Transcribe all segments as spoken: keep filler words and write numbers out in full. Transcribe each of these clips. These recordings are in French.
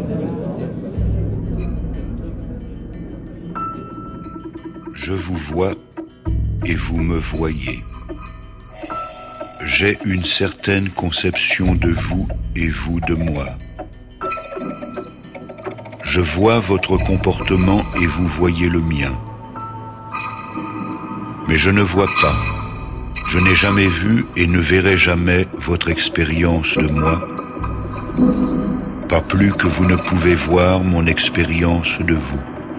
Je vous vois et vous me voyez. J'ai une certaine conception de vous et vous de moi. Je vois votre comportement et vous voyez le mien. Mais je ne vois pas. Je n'ai jamais vu et ne verrai jamais votre expérience de moi, pas plus que vous ne pouvez voir mon expérience de vous.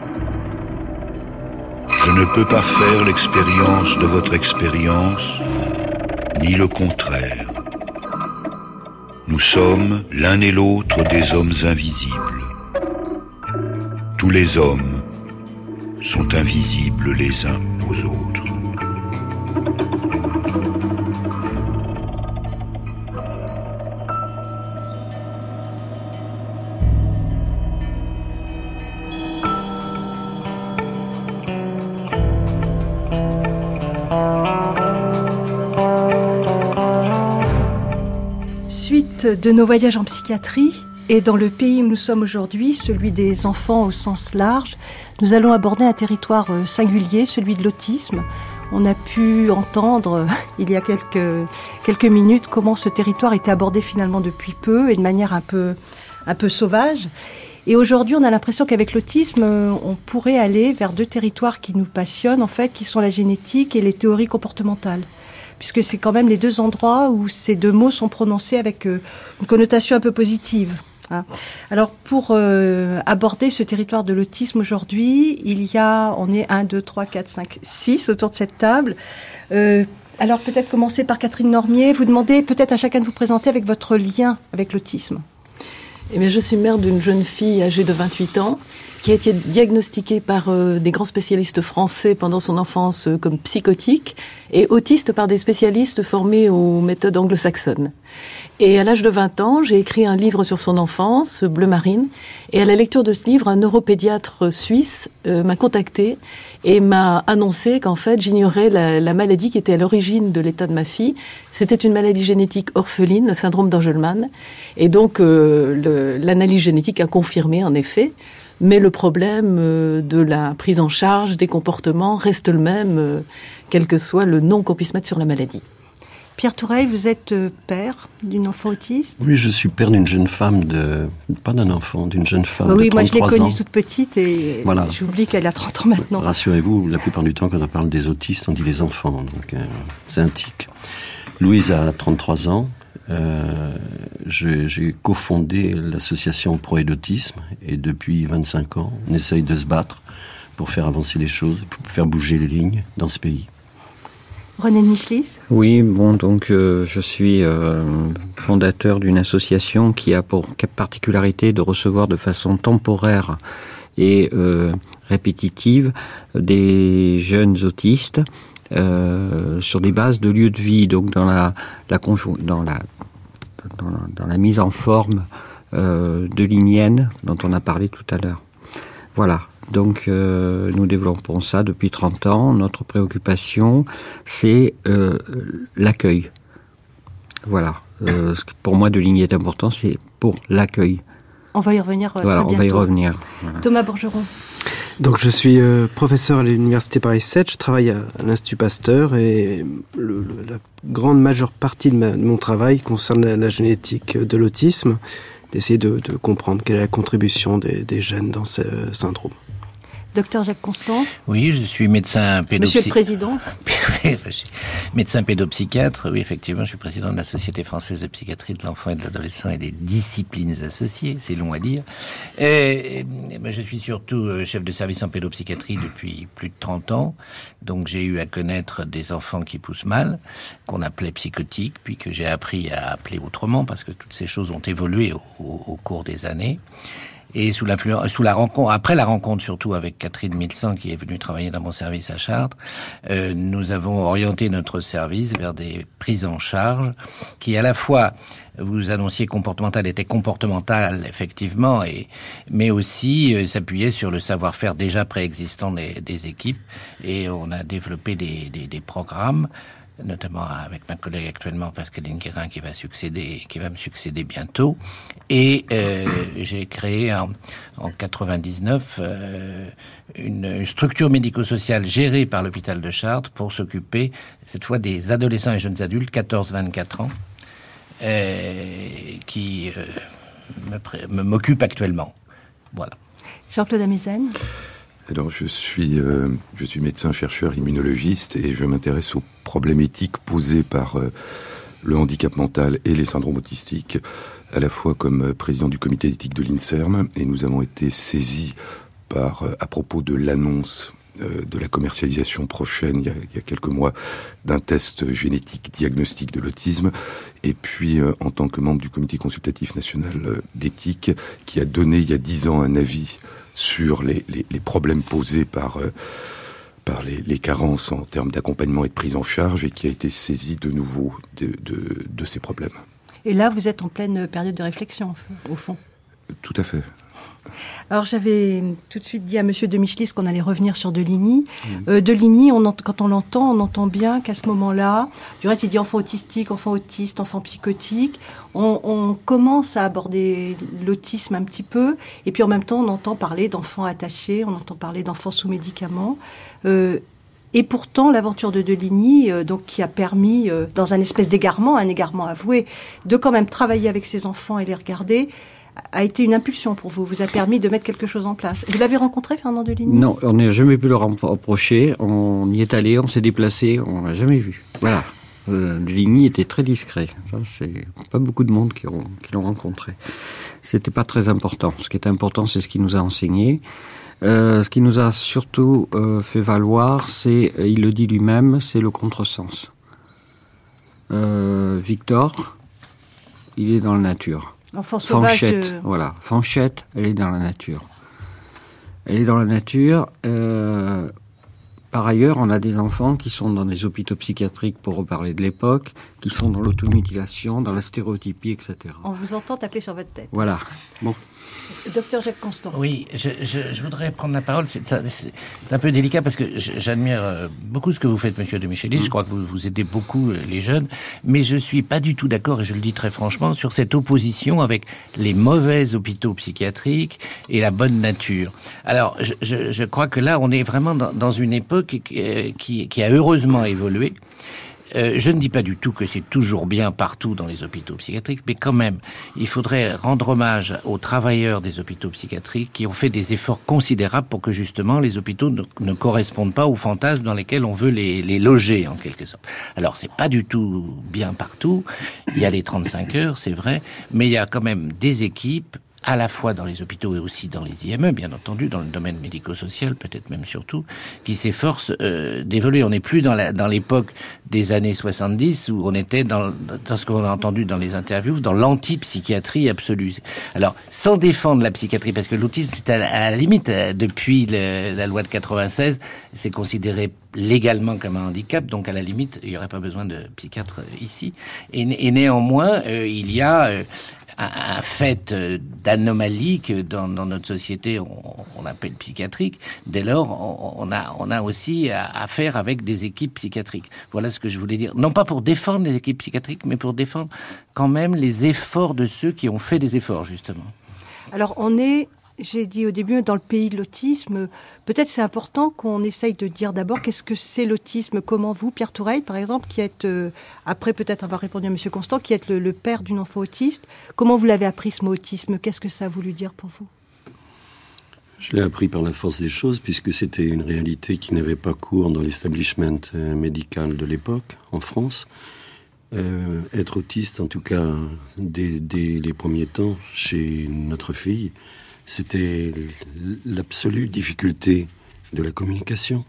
Je ne peux pas faire l'expérience de votre expérience, ni le contraire. Nous sommes l'un et l'autre des hommes invisibles. Tous les hommes sont invisibles les uns aux autres. De nos voyages en psychiatrie et dans le pays où nous sommes aujourd'hui, celui des enfants au sens large, nous allons aborder un territoire singulier, celui de l'autisme. On a pu entendre il y a quelques, quelques minutes comment ce territoire était abordé finalement depuis peu et de manière un peu, un peu sauvage. Et aujourd'hui, on a l'impression qu'avec l'autisme, on pourrait aller vers deux territoires qui nous passionnent, en fait, qui sont la génétique et les théories comportementales. Puisque c'est quand même les deux endroits où ces deux mots sont prononcés avec euh, une connotation un peu positive. Hein. Alors, pour euh, aborder ce territoire de l'autisme aujourd'hui, il y a, on est un, deux, trois, quatre, cinq, six autour de cette table. Euh, alors, peut-être commencer par Catherine Normier. Vous demandez peut-être à chacun de vous présenter avec votre lien avec l'autisme. Eh bien, je suis mère d'une jeune fille âgée de vingt-huit ans qui a été diagnostiquée par euh, des grands spécialistes français pendant son enfance euh, comme psychotique et autiste par des spécialistes formés aux méthodes anglo-saxonnes. Et à l'âge de vingt ans, j'ai écrit un livre sur son enfance, Bleu Marine, et à la lecture de ce livre, un neuropédiatre suisse euh, m'a contacté et m'a annoncé qu'en fait, j'ignorais la, la maladie qui était à l'origine de l'état de ma fille. C'était une maladie génétique orpheline, le syndrome d'Angelman. Et donc, euh, le, l'analyse génétique a confirmé, en effet. Mais le problème euh, de la prise en charge des comportements reste le même, euh, quel que soit le nom qu'on puisse mettre sur la maladie. Pierre Toureille, vous êtes père d'une enfant autiste ? Oui, je suis père d'une jeune femme, de pas d'un enfant, d'une jeune femme bah oui, de trente-trois ans. Oui, moi je l'ai connue toute petite et voilà. J'oublie qu'elle a trente ans maintenant. Rassurez-vous, la plupart du temps, quand on parle des autistes, on dit les enfants, donc euh, c'est un tic. Louise a trente-trois ans. Euh, j'ai, j'ai cofondé l'association Pro et d'Autisme et depuis vingt-cinq ans, on essaye de se battre pour faire avancer les choses, pour faire bouger les lignes dans ce pays. René de Michelis ? Oui, bon, donc euh, je suis euh, fondateur d'une association qui a pour particularité de recevoir de façon temporaire et euh, répétitive des jeunes autistes euh, sur des bases de lieux de vie, donc dans la, la dans la dans la, dans la mise en forme euh, de l'I N I E N dont on a parlé tout à l'heure. Voilà. Donc, euh, nous développons ça depuis trente ans. Notre préoccupation, c'est euh, l'accueil. Voilà. Euh, ce qui pour moi de l'I N I E N est important, c'est pour l'accueil. On va y revenir euh, voilà, très bientôt. On va y revenir. Voilà. Thomas Bourgeron. Donc, je suis euh, professeur à l'Université Paris sept. Je travaille à, à l'Institut Pasteur et le, le, la grande majeure partie de, ma, de mon travail concerne la, la génétique de l'autisme, d'essayer de, de comprendre quelle est la contribution des, des gènes dans ce syndrome. Docteur Jacques Constant. Oui, je suis médecin pédopsychiatre. Monsieur le Président. Médecin pédopsychiatre. Oui, effectivement, je suis président de la Société française de psychiatrie de l'enfant et de l'adolescent et des disciplines associées. C'est long à dire. Et, et, je suis surtout chef de service en pédopsychiatrie depuis plus de trente ans. Donc, j'ai eu à connaître des enfants qui poussent mal, qu'on appelait psychotiques, puis que j'ai appris à appeler autrement parce que toutes ces choses ont évolué au, au, au cours des années. Et sous l'influence, sous la rencontre, après la rencontre surtout avec Catherine Milsan qui est venue travailler dans mon service à Chartres, euh, nous avons orienté notre service vers des prises en charge qui à la fois, vous annonciez comportemental, étaient comportementales effectivement, et mais aussi euh, s'appuyaient sur le savoir-faire déjà préexistant des, des équipes, et on a développé des, des, des programmes notamment avec ma collègue actuellement Pascaline Guérin qui va succéder, qui va me succéder bientôt. Et euh, j'ai créé en, en quatre-vingt-dix-neuf euh, une, une structure médico-sociale gérée par l'hôpital de Chartres pour s'occuper cette fois des adolescents et jeunes adultes, quatorze à vingt-quatre ans, euh, qui euh, me, pré- me, m'occupe actuellement. Voilà. Jean-Claude Amezen. Alors, je suis, euh, je suis médecin-chercheur immunologiste et je m'intéresse aux problèmes éthiques posés par euh, le handicap mental et les syndromes autistiques, à la fois comme président du comité d'éthique de l'INSERM, et nous avons été saisis par, euh, à propos de l'annonce euh, de la commercialisation prochaine, il y a, il y a quelques mois, d'un test génétique diagnostic de l'autisme, et puis euh, en tant que membre du comité consultatif national euh, d'éthique, qui a donné il y a dix ans un avis sur les, les, les problèmes posés par, euh, par les, les carences en termes d'accompagnement et de prise en charge, et qui a été saisi de nouveau de, de, de ces problèmes. Et là, vous êtes en pleine période de réflexion, au fond. Tout à fait. Alors, j'avais tout de suite dit à Monsieur de Michelis qu'on allait revenir sur Deligny. Mmh. Euh, Deligny, on ent- quand on l'entend, on entend bien qu'à ce moment-là, du reste, il dit enfant autistique, enfant autiste, enfant psychotique. On, on commence à aborder l'autisme un petit peu, et puis en même temps, on entend parler d'enfants attachés, on entend parler d'enfants sous médicaments. Euh, Et pourtant, l'aventure de Deligny, euh, donc, qui a permis, euh, dans un espèce d'égarement, un égarement avoué, de quand même travailler avec ses enfants et les regarder, a été une impulsion pour vous, vous a permis de mettre quelque chose en place. Vous l'avez rencontré, Fernand Deligny ? Non, on n'a jamais pu le rapprocher. On y est allé, on s'est déplacé, on l'a jamais vu. Voilà. Euh, Deligny était très discret. Ça, c'est pas beaucoup de monde qui, ont, qui l'ont rencontré. C'était pas très important. Ce qui est important, c'est ce qu'il nous a enseigné. Euh, ce qui nous a surtout euh, fait valoir, c'est, il le dit lui-même, c'est le contresens. Euh, Victor, il est dans la nature. L'enfant sauvage. Fanchette, de... voilà. Fanchette, elle est dans la nature. Elle est dans la nature. Euh, par ailleurs, on a des enfants qui sont dans des hôpitaux psychiatriques, pour reparler de l'époque, qui sont dans l'automutilation, dans la stéréotypie, et cetera. On vous entend taper sur votre tête. Voilà. Bon. Docteur Jacques Constant. Oui, je, je, je voudrais prendre la parole. C'est, c'est, c'est un peu délicat parce que j'admire beaucoup ce que vous faites, Monsieur de Michelis. Mmh. Je crois que vous, vous aidez beaucoup les jeunes, mais je suis pas du tout d'accord, et je le dis très franchement, sur cette opposition avec les mauvais hôpitaux psychiatriques et la bonne nature. Alors, je, je, je crois que là, on est vraiment dans, dans une époque qui, qui, qui a heureusement évolué. Euh, je ne dis pas du tout que c'est toujours bien partout dans les hôpitaux psychiatriques, mais quand même, il faudrait rendre hommage aux travailleurs des hôpitaux psychiatriques qui ont fait des efforts considérables pour que justement les hôpitaux ne, ne correspondent pas aux fantasmes dans lesquels on veut les, les loger, en quelque sorte. Alors, c'est pas du tout bien partout. Il y a les trente-cinq heures, c'est vrai, mais il y a quand même des équipes, à la fois dans les hôpitaux et aussi dans les I M E, bien entendu, dans le domaine médico-social, peut-être même surtout, qui s'efforcent euh, d'évoluer. On n'est plus dans, la, dans l'époque des années soixante-dix, où on était dans, dans ce qu'on a entendu dans les interviews, dans l'anti-psychiatrie absolue. Alors, sans défendre la psychiatrie, parce que l'autisme, c'est à, à la limite, depuis le, la loi de quatre-vingt-seize, c'est considéré légalement comme un handicap, donc à la limite, il n'y aurait pas besoin de psychiatre ici. Et, et néanmoins, euh, il y a... Euh, un fait d'anomalie que dans, dans notre société on, on appelle psychiatrique. Dès lors, on, on a on a aussi à, à faire avec des équipes psychiatriques. Voilà ce que je voulais dire. Non pas pour défendre les équipes psychiatriques, mais pour défendre quand même les efforts de ceux qui ont fait des efforts, justement. Alors on est, j'ai dit au début, dans le pays de l'autisme. Peut-être c'est important qu'on essaye de dire d'abord qu'est-ce que c'est l'autisme. Comment vous, Pierre Toureille, par exemple, qui êtes, euh, après peut-être avoir répondu à Monsieur Constant, qui êtes le, le père d'une enfant autiste, comment vous l'avez appris ce mot autisme ? Qu'est-ce que ça a voulu dire pour vous ? Je l'ai appris par la force des choses, puisque c'était une réalité qui n'avait pas cours dans l'establishment médical de l'époque, en France. Euh, être autiste, en tout cas, dès, dès les premiers temps, chez notre fille, c'était l'absolue difficulté de la communication.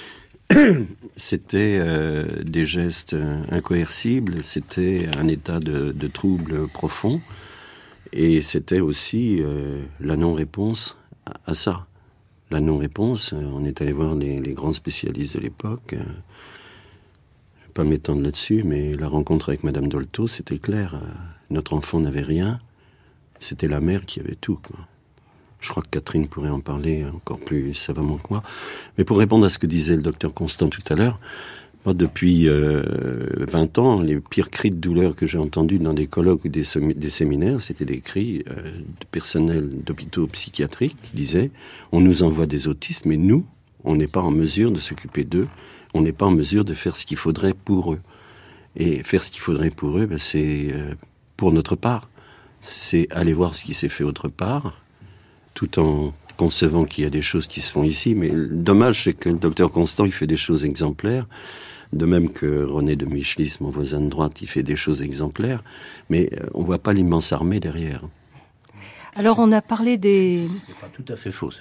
C'était euh, des gestes incoercibles, c'était un état de, de trouble profond, et c'était aussi euh, la non-réponse à, à ça. La non-réponse, on est allé voir les, les grands spécialistes de l'époque. Je ne vais pas m'étendre là-dessus, mais la rencontre avec Madame Dolto, c'était clair. Notre enfant n'avait rien, c'était la mère qui avait tout, quoi. Je crois que Catherine pourrait en parler encore plus savamment que moi. Mais pour répondre à ce que disait le docteur Constant tout à l'heure, Moi, depuis euh, vingt ans, les pires cris de douleur que j'ai entendus dans des colloques ou des, sem- des séminaires, c'était des cris euh, de personnel d'hôpitaux psychiatriques qui disaient « on nous envoie des autistes, mais nous, on n'est pas en mesure de s'occuper d'eux, on n'est pas en mesure de faire ce qu'il faudrait pour eux. » Et faire ce qu'il faudrait pour eux, ben, c'est euh, pour notre part, c'est aller voir ce qui s'est fait autre part, tout en concevant qu'il y a des choses qui se font ici. Mais le dommage, c'est que le docteur Constant, il fait des choses exemplaires. De même que René de Michelis, mon voisin de droite, il fait des choses exemplaires, mais on ne voit pas l'immense armée derrière. Alors, on a parlé des... C'est pas tout à fait faux.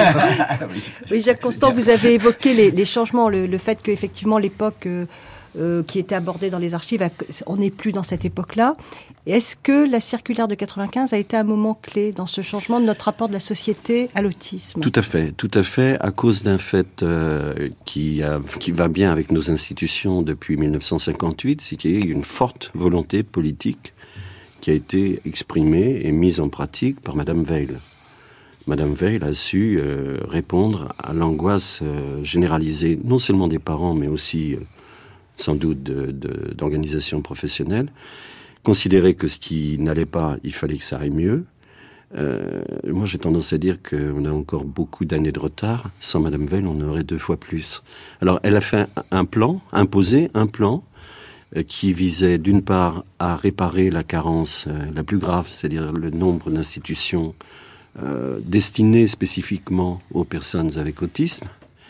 Oui, Jacques Constant, vous avez évoqué les, les changements, le, le fait qu'effectivement, l'époque euh, euh, qui était abordée dans les archives, on n'est plus dans cette époque-là. Est-ce que la circulaire de quatre-vingt-quinze a été un moment clé dans ce changement de notre rapport de la société à l'autisme ? Tout à fait, tout à fait, à cause d'un fait euh, qui, a, qui va bien avec nos institutions depuis dix-neuf cent cinquante-huit, c'est qu'il y a eu une forte volonté politique qui a été exprimée et mise en pratique par Madame Veil. Madame Veil a su euh, répondre à l'angoisse euh, généralisée, non seulement des parents, mais aussi, euh, sans doute, de, de, d'organisations professionnelles. Considérer que ce qui n'allait pas, il fallait que ça aille mieux. Euh, moi, j'ai tendance à dire qu'on a encore beaucoup d'années de retard. Sans Madame Veil, on aurait deux fois plus. Alors, elle a fait un, un plan, imposé un plan, euh, qui visait d'une part à réparer la carence euh, la plus grave, c'est-à-dire le nombre d'institutions euh, destinées spécifiquement aux personnes avec autisme,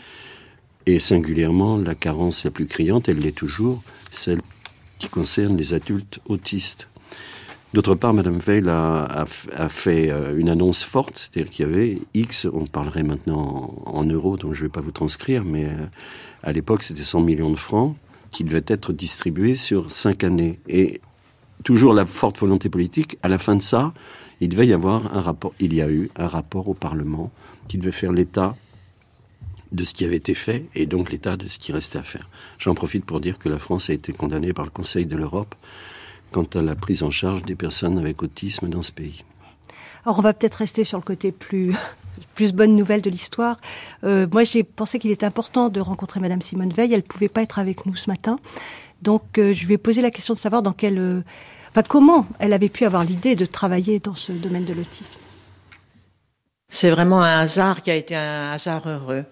et singulièrement la carence la plus criante, elle l'est toujours, celle qui concerne les adultes autistes. D'autre part, Madame Veil a, a, a fait une annonce forte, c'est-à-dire qu'il y avait X, on parlerait maintenant en, en euros, donc je ne vais pas vous transcrire, mais à l'époque, c'était cent millions de francs qui devaient être distribués sur cinq années. Et toujours la forte volonté politique, à la fin de ça, il devait y avoir un rapport, il y a eu un rapport au Parlement qui devait faire l'état de ce qui avait été fait et donc l'état de ce qui restait à faire. J'en profite pour dire que la France a été condamnée par le Conseil de l'Europe quant à la prise en charge des personnes avec autisme dans ce pays. Alors on va peut-être rester sur le côté plus, plus bonne nouvelle de l'histoire. Euh, moi j'ai pensé qu'il était important de rencontrer Madame Simone Veil. Elle ne pouvait pas être avec nous ce matin. Donc euh, je lui ai posé la question de savoir dans quel, euh, enfin, comment elle avait pu avoir l'idée de travailler dans ce domaine de l'autisme. C'est vraiment un hasard qui a été un hasard heureux.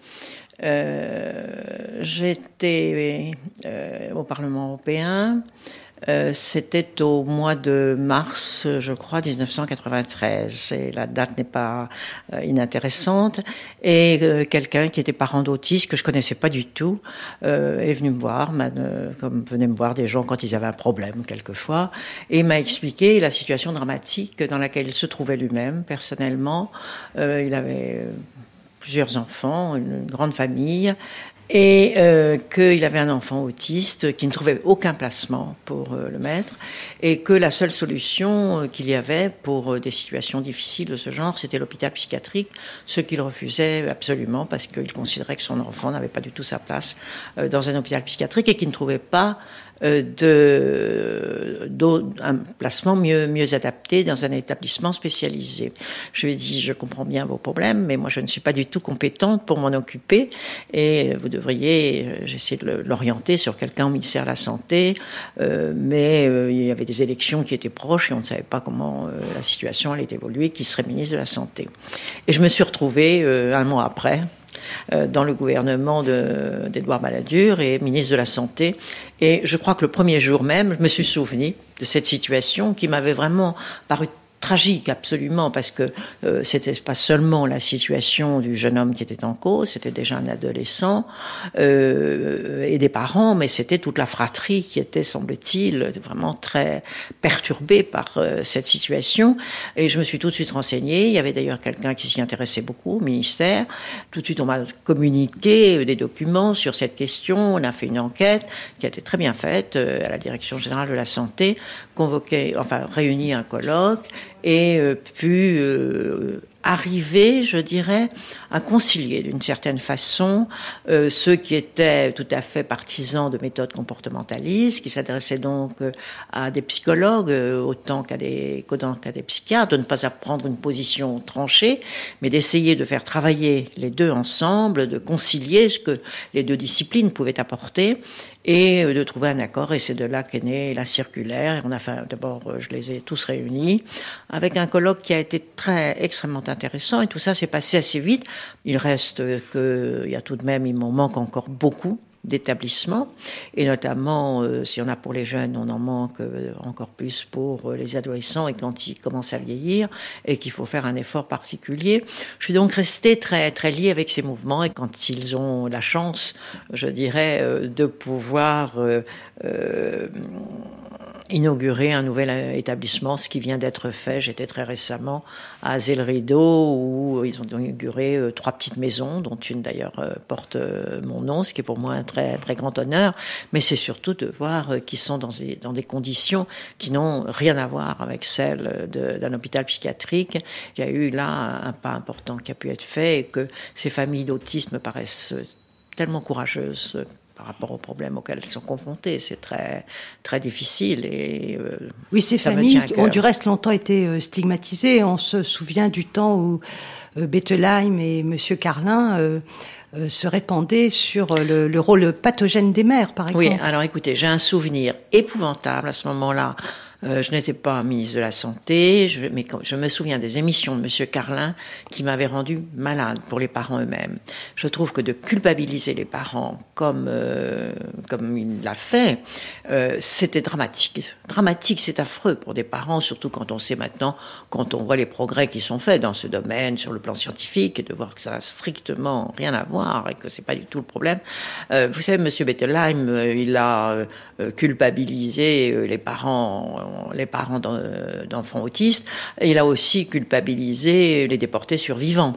Euh, j'étais euh, au Parlement européen. Euh, c'était au mois de mars, je crois, dix-neuf cent quatre-vingt-treize. Et la date n'est pas euh, inintéressante. Et euh, quelqu'un qui était parent d'autisme, que je connaissais pas du tout, euh, est venu me voir, euh, comme venaient me voir des gens quand ils avaient un problème, quelquefois, et m'a expliqué la situation dramatique dans laquelle il se trouvait lui-même, personnellement. Euh, il avait plusieurs enfants, une grande famille, et euh, qu'il avait un enfant autiste qui ne trouvait aucun placement pour euh, le mettre, et que la seule solution euh, qu'il y avait pour euh, des situations difficiles de ce genre, c'était l'hôpital psychiatrique, ce qu'il refusait absolument parce qu'il considérait que son enfant n'avait pas du tout sa place euh, dans un hôpital psychiatrique et qu'il ne trouvait pas euh, de, d'un placement mieux, mieux adapté dans un établissement spécialisé. Je lui ai dit, je comprends bien vos problèmes, mais moi je ne suis pas du tout compétente pour m'en occuper, et vous devriez, j'essaie de l'orienter sur quelqu'un au ministère de la Santé, euh, mais euh, il y avait des élections qui étaient proches et on ne savait pas comment euh, la situation allait évoluer, qui serait ministre de la Santé. Et je me suis retrouvée euh, un mois après euh, dans le gouvernement de, d'Édouard Balladur et ministre de la Santé. Et je crois que le premier jour même, je me suis souvenu de cette situation qui m'avait vraiment paru tragique, absolument, parce que euh, c'était pas seulement la situation du jeune homme qui était en cause, c'était déjà un adolescent euh, et des parents, mais c'était toute la fratrie qui était, semble-t-il, vraiment très perturbée par euh, cette situation. Et je me suis tout de suite renseignée. Il y avait d'ailleurs quelqu'un qui s'y intéressait beaucoup au ministère. Tout de suite, on m'a communiqué des documents sur cette question. On a fait une enquête qui a été très bien faite euh, à la Direction générale de la santé, convoqué, enfin réuni un colloque, et euh, pu euh, arriver, je dirais, à concilier d'une certaine façon euh, ceux qui étaient tout à fait partisans de méthodes comportementalistes, qui s'adressaient donc euh, à des psychologues euh, autant qu'à des, qu'autant qu'à des psychiatres, de ne pas prendre une position tranchée, mais d'essayer de faire travailler les deux ensemble, de concilier ce que les deux disciplines pouvaient apporter, et de trouver un accord. Et c'est de là qu'est née la circulaire. Et on a fait, d'abord, je les ai tous réunis, avec un colloque qui a été très, extrêmement intéressant. Et tout ça s'est passé assez vite. Il reste que, il y a tout de même, il m'en manque encore beaucoup d'établissements, et notamment, euh, si on a pour les jeunes, on en manque euh, encore plus pour euh, les adolescents et quand ils commencent à vieillir, et qu'il faut faire un effort particulier. Je suis donc restée très, très liée avec ces mouvements, et quand ils ont la chance, je dirais, euh, de pouvoir euh, euh, inaugurer un nouvel établissement, ce qui vient d'être fait. J'étais très récemment à Azel-Rideau, où ils ont inauguré euh, trois petites maisons, dont une d'ailleurs euh, porte euh, mon nom, ce qui est pour moi un très, très grand honneur. Mais c'est surtout de voir euh, qu'ils sont dans des, dans des conditions qui n'ont rien à voir avec celles de, d'un hôpital psychiatrique. Il y a eu là un, un pas important qui a pu être fait, et que ces familles d'autisme me paraissent tellement courageuses euh, par rapport aux problèmes auxquels elles sont confrontées. C'est très, très difficile. Et, euh, oui, ces familles ont du reste longtemps été stigmatisées. On se souvient du temps où euh, Bettelheim et M. Carlin euh, euh, se répandaient sur le, le rôle pathogène des mères, par exemple. Oui, alors écoutez, j'ai un souvenir épouvantable à ce moment-là. Euh, je n'étais pas ministre de la Santé, je, mais quand, je me souviens des émissions de Monsieur Carlin qui m'avaient rendu malade pour les parents eux-mêmes. Je trouve que de culpabiliser les parents comme euh, comme il l'a fait, euh, c'était dramatique. Dramatique, c'est affreux pour des parents, surtout quand on sait maintenant, quand on voit les progrès qui sont faits dans ce domaine sur le plan scientifique, et de voir que ça n'a strictement rien à voir et que c'est pas du tout le problème. Euh, vous savez, Monsieur Bettelheim, euh, il a euh, culpabilisé euh, les parents. les parents d'enfants autistes. Il a aussi culpabilisé les déportés survivants.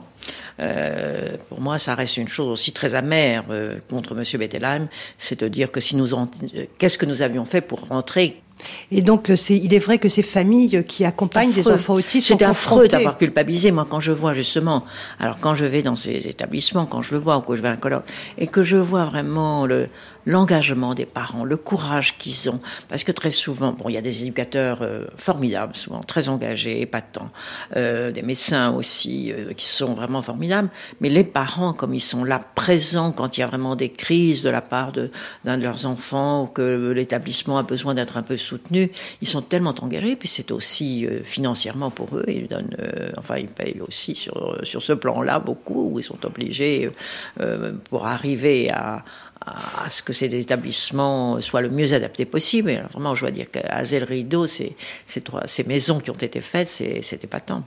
Euh, pour moi, ça reste une chose aussi très amère euh, contre M. Bettelheim, c'est de dire que si nous en... qu'est-ce que nous avions fait pour rentrer. Et donc, c'est, il est vrai que ces familles qui accompagnent affreux. des enfants autistes sont confrontées. C'est affreux d'avoir culpabilisé. Moi, quand je vois justement, alors quand je vais dans ces établissements, quand je le vois ou que je vais à un colloque, et que je vois vraiment le l'engagement des parents, le courage qu'ils ont, parce que très souvent, bon, il y a des éducateurs euh, formidables, souvent très engagés, épatants, euh, des médecins aussi euh, qui sont vraiment formidables, mais les parents, comme ils sont là présents quand il y a vraiment des crises de la part de, d'un de leurs enfants, ou que l'établissement a besoin d'être un peu soutenu, ils sont tellement engagés, puis c'est aussi euh, financièrement pour eux, ils donnent, euh, enfin ils payent aussi sur sur ce plan-là beaucoup, où ils sont obligés euh, pour arriver à à ce que ces établissements soient le mieux adaptés possible. Et alors, vraiment, je dois dire qu'à Azel-Rideau, ces, ces, trois, ces maisons qui ont été faites, c'est, c'est épatant.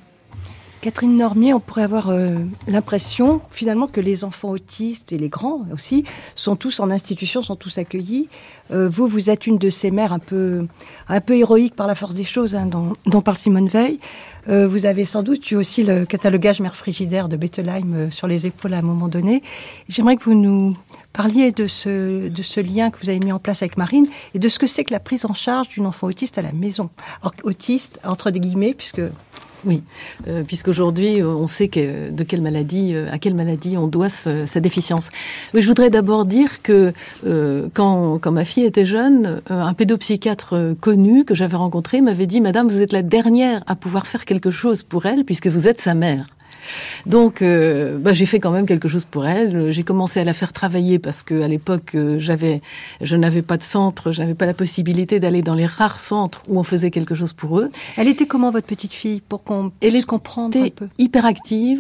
Catherine Normier, on pourrait avoir euh, l'impression, finalement, que les enfants autistes, et les grands aussi, sont tous en institution, sont tous accueillis. Euh, vous, vous êtes une de ces mères un peu, un peu héroïques par la force des choses, hein, dont, dont parle Simone Veil. Euh, vous avez sans doute eu aussi le catalogage Mère Frigidaire de Bettelheim euh, sur les épaules à un moment donné. J'aimerais que vous nous parliez de ce, de ce lien que vous avez mis en place avec Marine, et de ce que c'est que la prise en charge d'une enfant autiste à la maison. Alors, autiste, entre des guillemets, puisque... Oui, euh, puisqu'aujourd'hui, on sait que, de quelle maladie, euh, à quelle maladie on doit ce, sa déficience. Mais je voudrais d'abord dire que euh, quand, quand ma fille était jeune, euh, un pédopsychiatre connu que j'avais rencontré m'avait dit « Madame, vous êtes la dernière à pouvoir faire quelque chose pour elle, puisque vous êtes sa mère ». Donc, euh, bah, j'ai fait quand même quelque chose pour elle. J'ai commencé à la faire travailler parce que à l'époque, euh, j'avais, je n'avais pas de centre, je n'avais pas la possibilité d'aller dans les rares centres où on faisait quelque chose pour eux. Elle était comment, votre petite fille, pour qu'on puisse comprendre un peu? Hyperactive,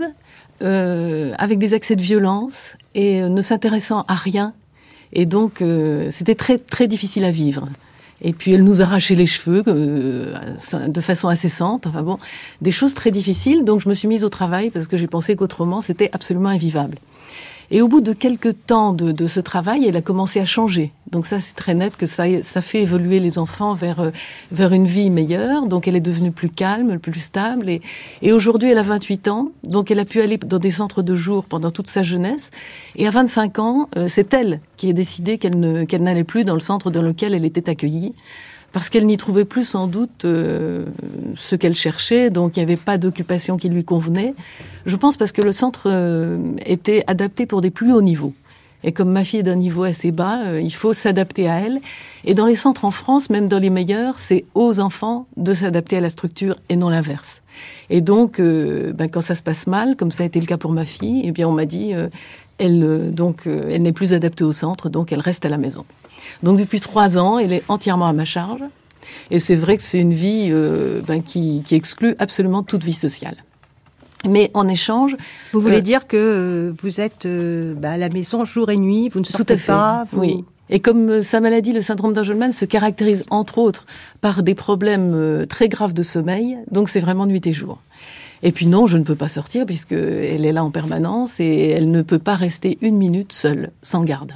euh, avec des accès de violence et euh, ne s'intéressant à rien. Et donc, euh, c'était très très difficile à vivre. Et puis elle nous arrachait les cheveux euh, de façon incessante. Enfin bon, des choses très difficiles. Donc je me suis mise au travail parce que j'ai pensé qu'autrement c'était absolument invivable. Et au bout de quelques temps de, de ce travail, elle a commencé à changer. Donc ça, c'est très net que ça, ça fait évoluer les enfants vers vers une vie meilleure. Donc elle est devenue plus calme, plus stable. Et, et aujourd'hui, elle a vingt-huit ans. Donc elle a pu aller dans des centres de jour pendant toute sa jeunesse. Et à vingt-cinq ans, euh, c'est elle qui a décidé qu'elle ne, qu'elle n'allait plus dans le centre dans lequel elle était accueillie. parce qu'elle n'y trouvait plus sans doute euh, ce qu'elle cherchait, donc il n'y avait pas d'occupation qui lui convenait. Je pense parce que le centre euh, était adapté pour des plus hauts niveaux. Et comme ma fille est d'un niveau assez bas, euh, il faut s'adapter à elle. Et dans les centres en France, même dans les meilleurs, c'est aux enfants de s'adapter à la structure et non l'inverse. Et donc, euh, ben, quand ça se passe mal, comme ça a été le cas pour ma fille, eh bien on m'a dit, euh, elle, euh, donc, euh, elle n'est plus adaptée au centre, donc elle reste à la maison. Donc depuis trois ans, elle est entièrement à ma charge. Et c'est vrai que c'est une vie euh, ben, qui, qui exclut absolument toute vie sociale. Mais en échange... Vous voulez euh, dire que euh, vous êtes euh, bah, à la maison jour et nuit, vous ne sortez tout à fait, pas vous... Oui. Et comme euh, sa maladie, le syndrome d'Angelman, se caractérise entre autres par des problèmes euh, très graves de sommeil, donc c'est vraiment nuit et jour. Et puis non, je ne peux pas sortir puisqu'elle est là en permanence et elle ne peut pas rester une minute seule, sans garde.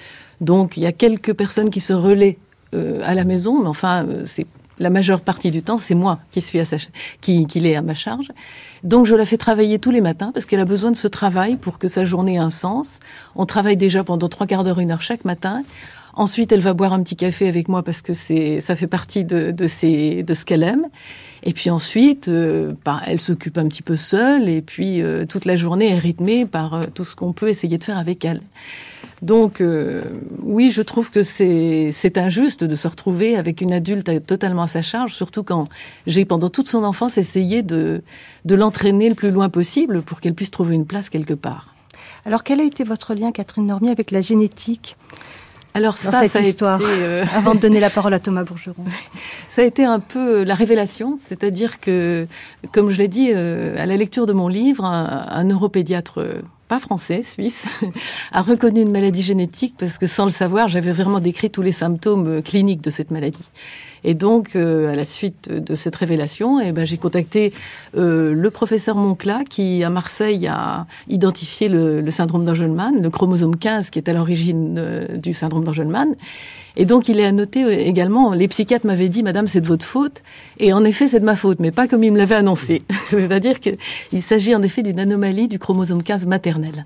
Donc il y a quelques personnes qui se relaient euh, à la maison, mais enfin, euh, c'est la majeure partie du temps, c'est moi qui suis à sa, qui, qui l'ai à ma charge. Donc je la fais travailler tous les matins parce qu'elle a besoin de ce travail pour que sa journée ait un sens. On travaille déjà pendant trois quarts d'heure, une heure chaque matin. Ensuite, elle va boire un petit café avec moi parce que c'est, ça fait partie de, de, ses, de ce qu'elle aime. Et puis ensuite, euh, bah, elle s'occupe un petit peu seule. Et puis euh, toute la journée est rythmée par euh, tout ce qu'on peut essayer de faire avec elle. Donc euh, oui, je trouve que c'est, c'est injuste de se retrouver avec une adulte totalement à sa charge, surtout quand j'ai pendant toute son enfance essayé de, de l'entraîner le plus loin possible pour qu'elle puisse trouver une place quelque part. Alors quel a été votre lien, Catherine Normier, avec la génétique ? Alors dans ça, cette ça histoire, a été, euh... avant de donner la parole à Thomas Bourgeron. Ça a été un peu la révélation, c'est-à-dire que, comme je l'ai dit, euh, à la lecture de mon livre, un, un neuropédiatre, euh, pas français, suisse, a reconnu une maladie génétique parce que sans le savoir, j'avais vraiment décrit tous les symptômes cliniques de cette maladie. Et donc, euh, à la suite de cette révélation, eh ben, j'ai contacté euh, le professeur Moncla, qui, à Marseille, a identifié le, le syndrome d'Angelman, le chromosome quinze, qui est à l'origine euh, du syndrome d'Angelman. Et donc, il est à noter euh, également, les psychiatres m'avaient dit, madame, c'est de votre faute. Et en effet, c'est de ma faute, mais pas comme il me l'avait annoncé. C'est-à-dire qu'il s'agit en effet d'une anomalie du chromosome quinze maternel.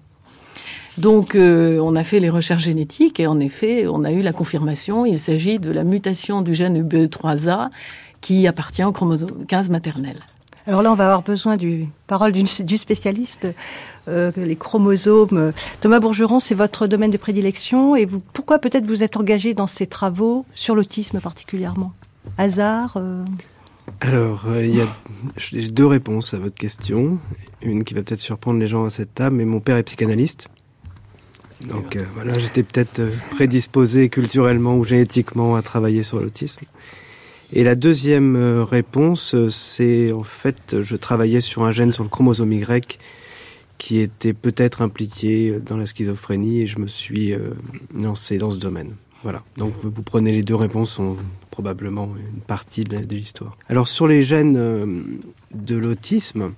Donc, euh, on a fait les recherches génétiques et en effet, on a eu la confirmation. Il s'agit de la mutation du gène U B E trois A qui appartient au chromosome quinze maternel. Alors là, on va avoir besoin du parole d'une, du spécialiste, euh, les chromosomes. Thomas Bourgeron, c'est votre domaine de prédilection. Et vous, pourquoi peut-être vous êtes engagé dans ces travaux sur l'autisme particulièrement ? Hasard euh... Alors, il euh, y a j'ai deux réponses à votre question. Une qui va peut-être surprendre les gens à cette table, mais mon père est psychanalyste. Donc euh, voilà, j'étais peut-être euh, prédisposé culturellement ou génétiquement à travailler sur l'autisme. Et la deuxième euh, réponse, euh, c'est en fait, je travaillais sur un gène sur le chromosome Y qui était peut-être impliqué dans la schizophrénie et je me suis euh, lancé dans ce domaine. Voilà, donc vous prenez les deux réponses, sont probablement une partie de, la, de l'histoire. Alors sur les gènes euh, de l'autisme,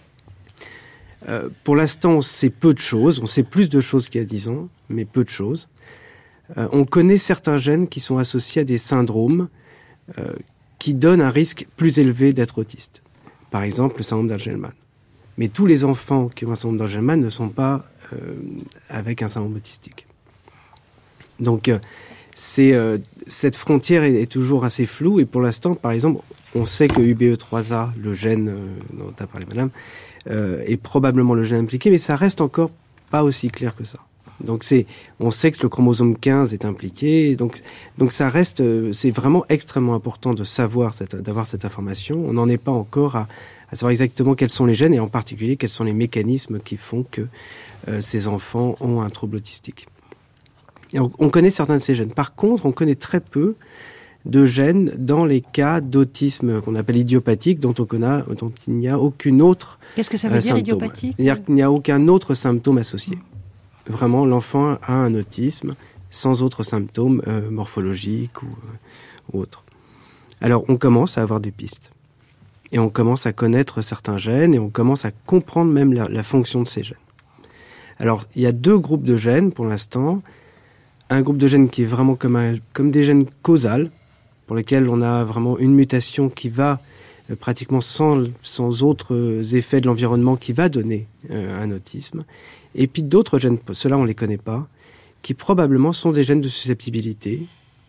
Euh, pour l'instant, on sait peu de choses. On sait plus de choses qu'il y a dix ans, mais peu de choses. Euh, on connaît certains gènes qui sont associés à des syndromes euh, qui donnent un risque plus élevé d'être autiste. Par exemple, le syndrome d'Angelman. Mais tous les enfants qui ont un syndrome d'Angelman ne sont pas euh, avec un syndrome autistique. Donc, euh, c'est, euh, cette frontière est, est toujours assez floue. Et pour l'instant, par exemple, on sait que U B E trois A, le gène euh, dont a parlé madame, Euh, est probablement le gène impliqué, mais ça reste encore pas aussi clair que ça. Donc c'est, on sait que le chromosome quinze est impliqué, donc donc ça reste, euh, c'est vraiment extrêmement important de savoir cette, d'avoir cette information. On n'en est pas encore à, à savoir exactement quels sont les gènes et en particulier quels sont les mécanismes qui font que euh, ces enfants ont un trouble autistique. Et on, on connaît certains de ces gènes. Par contre, on connaît très peu de gènes dans les cas d'autisme qu'on appelle idiopathique, dont on connaît, dont il n'y a aucune autre. Qu'est-ce que ça veut euh, dire, symptôme. idiopathique ? C'est-à-dire qu'il n'y a aucun autre symptôme associé. Vraiment, l'enfant a un autisme sans autres symptômes euh, morphologiques ou, euh, ou autres. Alors, on commence à avoir des pistes. Et on commence à connaître certains gènes et on commence à comprendre même la, la fonction de ces gènes. Alors, il y a deux groupes de gènes pour l'instant. Un groupe de gènes qui est vraiment comme, un, comme des gènes causales, pour lesquels on a vraiment une mutation qui va euh, pratiquement sans, sans autres effets de l'environnement qui va donner euh, un autisme. Et puis d'autres gènes, ceux-là on ne les connaît pas, qui probablement sont des gènes de susceptibilité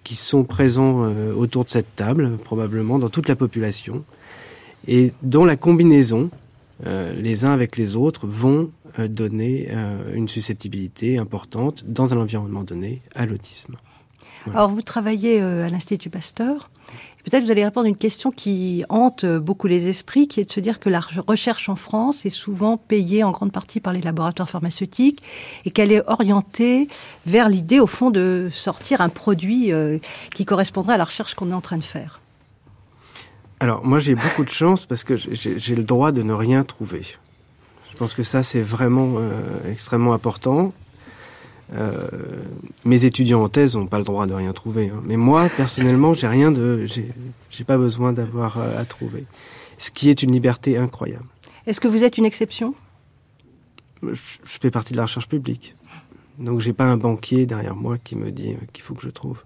qui sont présents euh, autour de cette table, probablement dans toute la population, et dont la combinaison, euh, les uns avec les autres, vont euh, donner euh, une susceptibilité importante dans un environnement donné à l'autisme. Voilà. Alors vous travaillez euh, à l'Institut Pasteur. Peut-être vous allez répondre à une question qui hante beaucoup les esprits, qui est de se dire que la recherche en France est souvent payée en grande partie par les laboratoires pharmaceutiques et qu'elle est orientée vers l'idée, au fond, de sortir un produit euh, qui correspondrait à la recherche qu'on est en train de faire. Alors, moi, j'ai beaucoup de chance parce que j'ai, j'ai le droit de ne rien trouver. Je pense que ça, c'est vraiment euh, extrêmement important. Euh, mes étudiants en thèse n'ont pas le droit de rien trouver, hein. Mais moi, personnellement, j'ai rien de, j'ai, j'ai pas besoin d'avoir euh, à trouver. Ce qui est une liberté incroyable. Est-ce que vous êtes une exception ? je, je fais partie de la recherche publique, donc j'ai pas un banquier derrière moi qui me dit euh, qu'il faut que je trouve.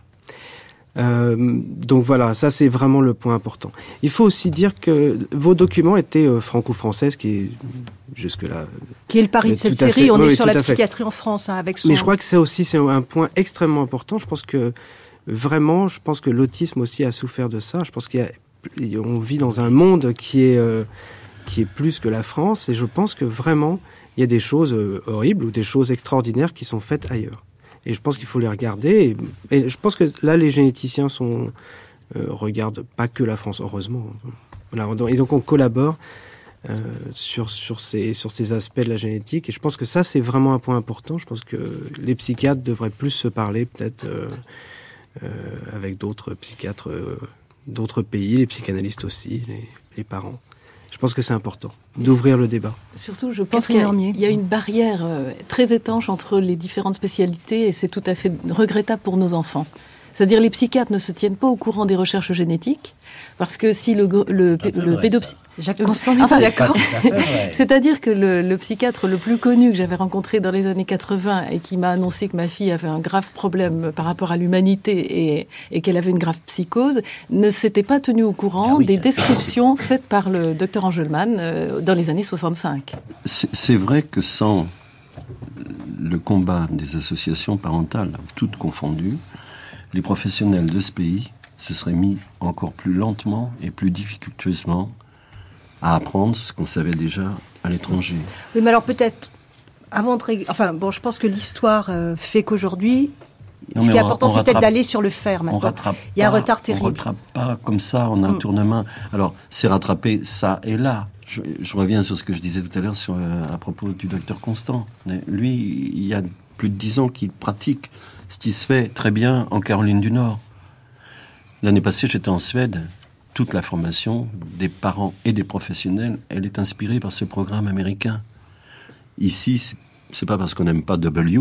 Euh, donc voilà, ça c'est vraiment le point important. Il faut aussi dire que vos documents étaient euh, franco-français, ce qui est jusque-là... Qui est le pari de cette série, fait, on oui, est sur la fait. psychiatrie en France, hein, avec son... Mais je crois que ça aussi c'est un point extrêmement important. Je pense que vraiment, je pense que l'autisme aussi a souffert de ça. Je pense qu'il y a, on vit dans un monde qui est, euh, qui est plus que la France, et je pense que vraiment, il y a des choses euh, horribles ou des choses extraordinaires qui sont faites ailleurs. Et je pense qu'il faut les regarder. Et, et je pense que là, les généticiens sont, euh, regardent pas que la France, heureusement. Voilà, et donc on collabore euh, sur, sur, ces, sur ces aspects de la génétique. Et je pense que ça, c'est vraiment un point important. Je pense que les psychiatres devraient plus se parler, peut-être, euh, euh, avec d'autres psychiatres euh, d'autres pays, les psychanalystes aussi, les, les parents. Je pense que c'est important d'ouvrir le débat. Surtout, je pense qu'il y a, il y a une barrière euh, très étanche entre les différentes spécialités et c'est tout à fait regrettable pour nos enfants. C'est-à-dire les psychiatres ne se tiennent pas au courant des recherches génétiques parce que si le, le, le pédopsychiatre... Jacques Constant n'est pas d'accord. C'est-à-dire que le, le psychiatre le plus connu que j'avais rencontré dans les années quatre-vingts et qui m'a annoncé que ma fille avait un grave problème par rapport à l'humanité et, et qu'elle avait une grave psychose, ne s'était pas tenu au courant ah oui, des descriptions faites par le docteur Angelman euh, dans les années soixante-cinq. C'est, c'est vrai que sans le combat des associations parentales, toutes confondues, les professionnels de ce pays se seraient mis encore plus lentement et plus difficultueusement à apprendre ce qu'on savait déjà à l'étranger. Oui, mais alors peut-être, avant de... Rég... Enfin, bon, je pense que l'histoire euh, fait qu'aujourd'hui, non, ce qui est important, c'est rattrape, peut-être d'aller sur le faire maintenant. On rattrape Il y a pas, un retard terrible. On ne rattrape pas comme ça, en un mm. tournement. Alors, c'est rattrapé ça et là. Je, je reviens sur ce que je disais tout à l'heure sur, euh, à propos du docteur Constant. Lui, il y a plus de dix ans qu'il pratique ce qui se fait très bien en Caroline du Nord. L'année passée, j'étais en Suède. Toute la formation des parents et des professionnels, elle est inspirée par ce programme américain. Ici, c'est, c'est pas parce qu'on n'aime pas W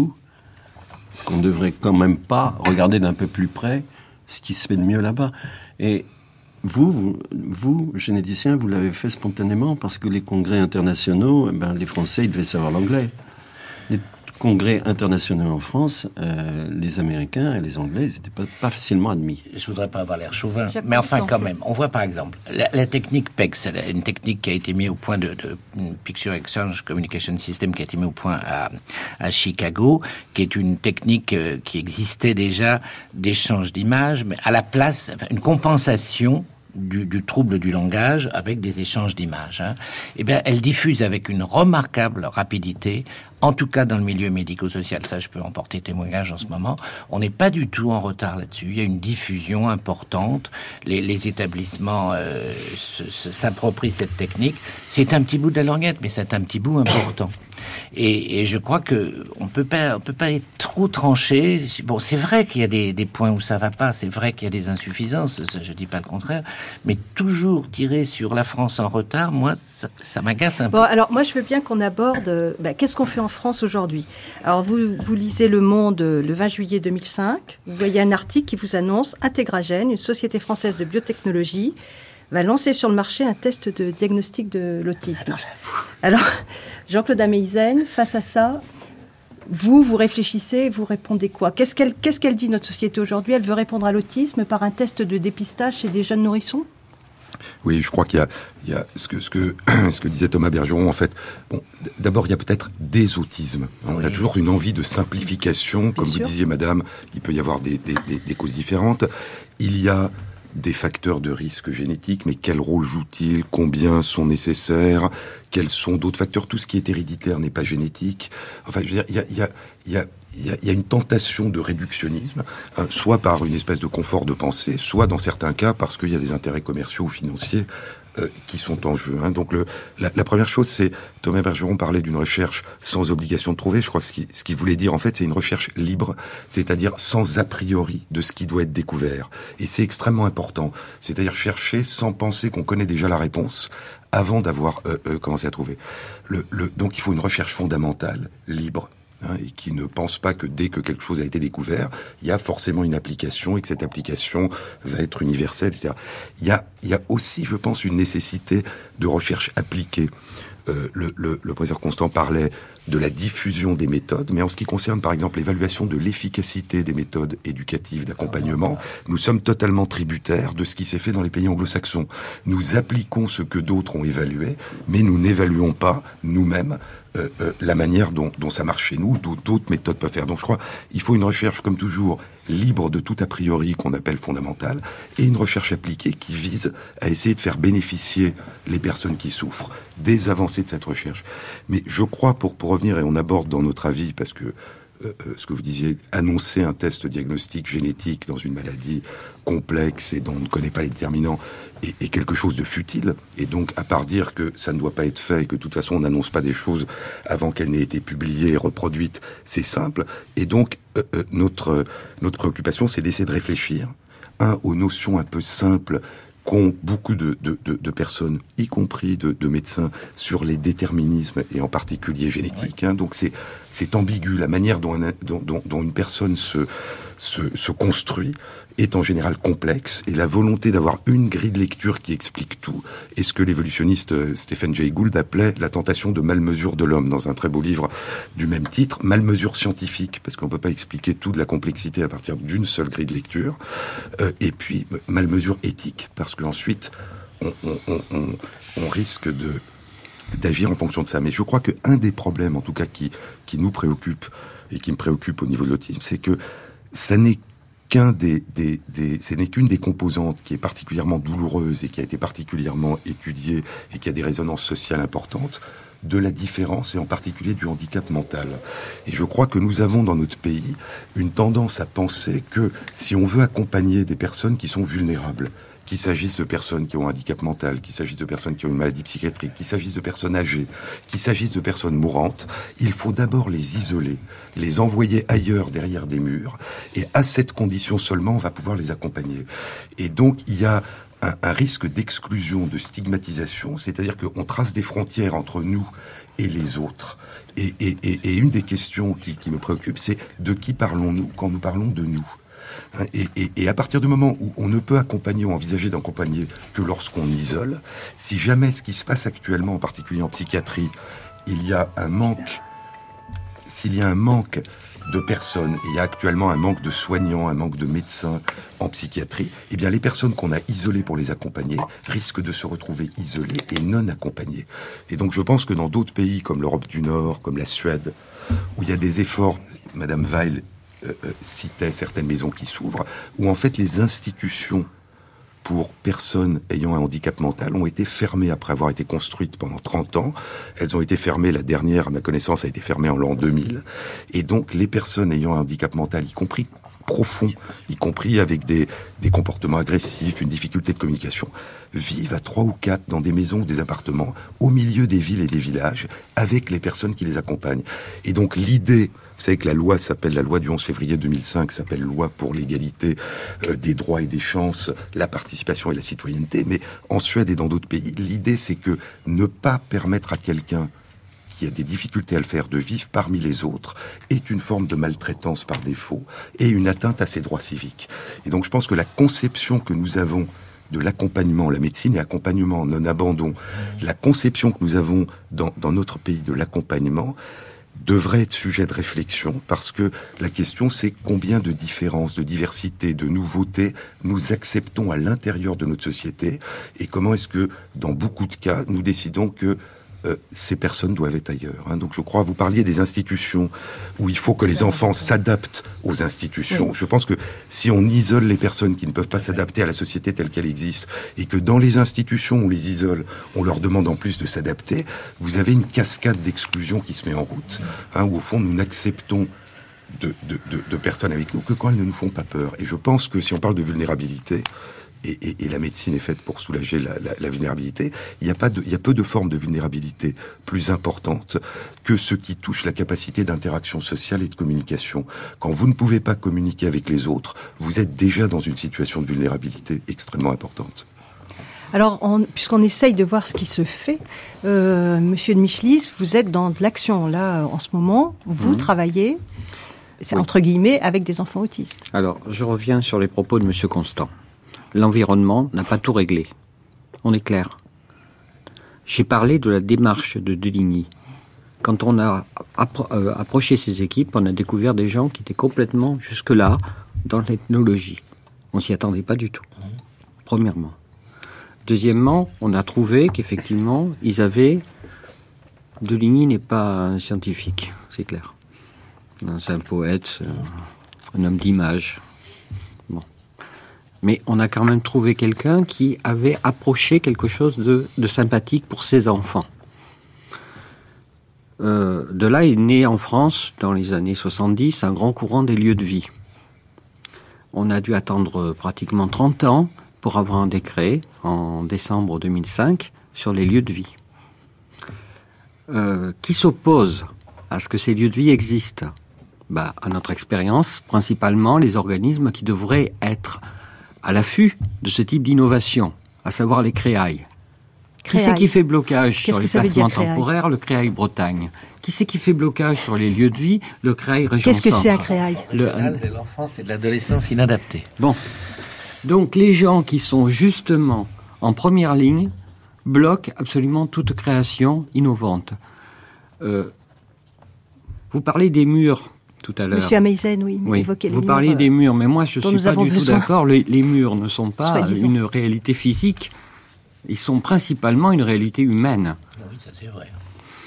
qu'on devrait quand même pas regarder d'un peu plus près ce qui se fait de mieux là-bas. Et vous, vous, vous généticiens, vous l'avez fait spontanément parce que les congrès internationaux, ben, les Français, ils devaient savoir l'anglais. Les congrès internationaux en France, euh, les Américains et les Anglais, ils n'étaient pas, pas facilement admis. Je voudrais pas avoir l'air chauvin, Jacques mais enfin Constant. quand même, on voit par exemple la, la technique P E X, c'est une technique qui a été mise au point de, de Picture Exchange Communication System, qui a été mise au point à, à Chicago, qui est une technique euh, qui existait déjà d'échange d'images, mais à la place, enfin, une compensation Du, du trouble du langage avec des échanges d'images. Hein. Eh bien, elle diffuse avec une remarquable rapidité, en tout cas dans le milieu médico-social. Ça, je peux en porter témoignage en ce moment. On n'est pas du tout en retard là-dessus. Il y a une diffusion importante. Les, les établissements euh, se, se, s'approprient cette technique. C'est un petit bout de la lorgnette, mais c'est un petit bout important. Et, et je crois que on peut pas, on peut pas être trop tranché. Bon, c'est vrai qu'il y a des, des points où ça va pas. C'est vrai qu'il y a des insuffisances. Ça, je dis pas le contraire. Mais toujours tirer sur la France en retard, moi, ça, ça m'agace un bon, peu. Alors, moi, je veux bien qu'on aborde... Euh, bah, qu'est-ce qu'on fait en France aujourd'hui ? Alors, vous, vous lisez Le Monde euh, le vingt juillet deux mille cinq. Vous voyez un article qui vous annonce « Intégragène, une société française de biotechnologie, va lancer sur le marché un test de diagnostic de l'autisme. » Alors, Jean-Claude Ameisen, face à ça, vous, vous réfléchissez, vous répondez quoi ? Qu'est-ce qu'elle, qu'est-ce qu'elle dit, notre société, aujourd'hui ? Elle veut répondre à l'autisme par un test de dépistage chez des jeunes nourrissons ? Oui, je crois qu'il y a, il y a ce que ce que ce que disait Thomas Bergeron. En fait, bon, d'abord il y a peut-être des autismes. On oui. a toujours une envie de simplification, comme Bien vous sûr. disiez, Madame. Il peut y avoir des, des, des, des causes différentes. Il y a des facteurs de risque génétique, mais quel rôle jouent-ils? Combien sont nécessaires? Quels sont d'autres facteurs? Tout ce qui est héréditaire n'est pas génétique. Enfin, je veux dire, il y a, il y a, il y a Il y, a, il y a une tentation de réductionnisme, hein, soit par une espèce de confort de pensée, soit dans certains cas parce qu'il y a des intérêts commerciaux ou financiers euh, qui sont en jeu. Hein. Donc le, la, la première chose, c'est, Thomas Bergeron parlait d'une recherche sans obligation de trouver. Je crois que ce qu'il ce qu'il voulait dire, en fait, c'est une recherche libre, c'est-à-dire sans a priori de ce qui doit être découvert. Et c'est extrêmement important. C'est-à-dire chercher sans penser qu'on connaît déjà la réponse avant d'avoir euh, euh, commencé à trouver. Le, le, donc il faut une recherche fondamentale, libre, Hein, et qui ne pense pas que dès que quelque chose a été découvert, il y a forcément une application et que cette application va être universelle, et cetera. Il y a, il y a aussi, je pense, une nécessité de recherche appliquée. Euh, le, le, le professeur Constant parlait de la diffusion des méthodes, mais en ce qui concerne, par exemple, l'évaluation de l'efficacité des méthodes éducatives d'accompagnement, nous sommes totalement tributaires de ce qui s'est fait dans les pays anglo-saxons. Nous appliquons ce que d'autres ont évalué, mais nous n'évaluons pas nous-mêmes Euh, euh, la manière dont, dont ça marche chez nous, dont d'autres méthodes peuvent faire. Donc je crois il faut une recherche, comme toujours, libre de tout a priori qu'on appelle fondamentale, et une recherche appliquée qui vise à essayer de faire bénéficier les personnes qui souffrent des avancées de cette recherche. Mais je crois, pour, pour revenir, et on aborde dans notre avis, parce que Euh, ce que vous disiez, annoncer un test diagnostique génétique dans une maladie complexe et dont on ne connaît pas les déterminants est, est quelque chose de futile. Et donc, à part dire que ça ne doit pas être fait et que de toute façon on n'annonce pas des choses avant qu'elles n'aient été publiées et reproduites, c'est simple. Et donc, euh, euh, notre, notre préoccupation, c'est d'essayer de réfléchir, un, aux notions un peu simples qu'ont beaucoup de, de, de, de personnes, y compris de, de médecins, sur les déterminismes, et en particulier génétiques. Hein. Donc c'est, c'est ambigu. La manière dont, un, dont, dont, dont une personne se, se, se construit est en général complexe, et la volonté d'avoir une grille de lecture qui explique tout est ce que l'évolutionniste Stephen Jay Gould appelait la tentation de malmesure de l'homme, dans un très beau livre du même titre, malmesure scientifique, parce qu'on peut pas expliquer toute la complexité à partir d'une seule grille de lecture, euh, et puis malmesure éthique, parce qu'ensuite on, on, on, on, on risque de d'agir en fonction de ça. Mais je crois que un des problèmes, en tout cas, qui, qui nous préoccupe, et qui me préoccupe au niveau de l'autisme, c'est que ça n'est qu'un des, des, des, ce n'est qu'une des composantes qui est particulièrement douloureuse et qui a été particulièrement étudiée et qui a des résonances sociales importantes de la différence et en particulier du handicap mental. Et je crois que nous avons dans notre pays une tendance à penser que si on veut accompagner des personnes qui sont vulnérables, qu'il s'agisse de personnes qui ont un handicap mental, qu'il s'agisse de personnes qui ont une maladie psychiatrique, qu'il s'agisse de personnes âgées, qu'il s'agisse de personnes mourantes, il faut d'abord les isoler, les envoyer ailleurs derrière des murs, et à cette condition seulement on va pouvoir les accompagner. Et donc il y a un, un risque d'exclusion, de stigmatisation, c'est-à-dire qu'on trace des frontières entre nous et les autres. Et, et, et, et une des questions qui, qui me préoccupe, c'est de qui parlons-nous quand nous parlons de nous ? Et, et, et à partir du moment où on ne peut accompagner ou envisager d'accompagner que lorsqu'on isole, si jamais ce qui se passe actuellement, en particulier en psychiatrie, il y a un manque, s'il y a un manque de personnes, il y a actuellement un manque de soignants, un manque de médecins en psychiatrie, eh bien les personnes qu'on a isolées pour les accompagner risquent de se retrouver isolées et non accompagnées. Et donc je pense que dans d'autres pays comme l'Europe du Nord, comme la Suède, où il y a des efforts, Madame Weil Euh, euh, citait certaines maisons qui s'ouvrent, où en fait les institutions pour personnes ayant un handicap mental ont été fermées après avoir été construites pendant trente ans. Elles ont été fermées, la dernière, à ma connaissance, a été fermée en l'an deux mille. Et donc les personnes ayant un handicap mental, y compris profond, y compris avec des, des comportements agressifs, une difficulté de communication, vivent à trois ou quatre dans des maisons ou des appartements, au milieu des villes et des villages, avec les personnes qui les accompagnent. Et donc l'idée, vous savez que la loi s'appelle, la loi du onze février deux mille cinq s'appelle loi pour l'égalité euh, des droits et des chances, la participation et la citoyenneté, mais en Suède et dans d'autres pays, l'idée c'est que ne pas permettre à quelqu'un qui a des difficultés à le faire, de vivre parmi les autres, est une forme de maltraitance par défaut et une atteinte à ses droits civiques. Et donc je pense que la conception que nous avons de l'accompagnement, la médecine et accompagnement, non abandon, la conception que nous avons dans, dans notre pays de l'accompagnement devrait être sujet de réflexion, parce que la question c'est combien de différences, de diversité, de nouveautés nous acceptons à l'intérieur de notre société, et comment est-ce que, dans beaucoup de cas, nous décidons que euh, ces personnes doivent être ailleurs. Hein. Donc je crois, vous parliez des institutions, où il faut que les enfants s'adaptent aux institutions. Oui. Je pense que si on isole les personnes qui ne peuvent pas s'adapter à la société telle qu'elle existe, et que dans les institutions on les isole, on leur demande en plus de s'adapter, vous avez une cascade d'exclusion qui se met en route, hein, où au fond nous n'acceptons de, de, de, de personnes avec nous que quand elles ne nous font pas peur. Et je pense que si on parle de vulnérabilité, Et, et, et la médecine est faite pour soulager la, la, la vulnérabilité, il y a pas de, il y a peu de formes de vulnérabilité plus importantes que ce qui touche la capacité d'interaction sociale et de communication. Quand vous ne pouvez pas communiquer avec les autres, vous êtes déjà dans une situation de vulnérabilité extrêmement importante. Alors, on, puisqu'on essaye de voir ce qui se fait, euh, Monsieur de Michelis, vous êtes dans de l'action là en ce moment. Vous mmh. travaillez, c'est oui. entre guillemets, avec des enfants autistes. Alors, je reviens sur les propos de Monsieur Constant. L'environnement n'a pas tout réglé. On est clair. J'ai parlé de la démarche de Deligny. Quand on a appro- euh, approché ces équipes, on a découvert des gens qui étaient complètement, jusque-là, dans l'ethnologie. On s'y attendait pas du tout. Premièrement. Deuxièmement, on a trouvé qu'effectivement, ils avaient... Deligny n'est pas un scientifique, c'est clair. C'est un poète, un homme d'image. Bon. Mais on a quand même trouvé quelqu'un qui avait approché quelque chose de, de sympathique pour ses enfants. Euh, de là est né en France, dans les années soixante-dix, un grand courant des lieux de vie. On a dû attendre pratiquement trente ans pour avoir un décret, en décembre deux mille cinq, sur les lieux de vie. Euh, qui s'oppose à ce que ces lieux de vie existent ? Bah, à notre expérience, principalement les organismes qui devraient être à l'affût de ce type d'innovation, à savoir les créailles. Qui c'est qui fait blocage Qu'est-ce sur les placements temporaires ? Le Créaille Bretagne. Qui c'est qui fait blocage sur les lieux de vie ? Le Créaille Région Centre. Qu'est-ce que c'est un Créaille ? Le de l'enfance et de l'adolescence inadaptée. Bon. Donc les gens qui sont justement en première ligne bloquent absolument toute création innovante. Euh, vous parlez des murs tout à l'heure. Monsieur Ameisen, oui, oui. évoquez les vous murs. Vous parlez des murs, mais moi je ne suis pas du besoin. tout d'accord. Les, les murs ne sont pas une réalité physique, ils sont principalement une réalité humaine. Oui, ça c'est vrai.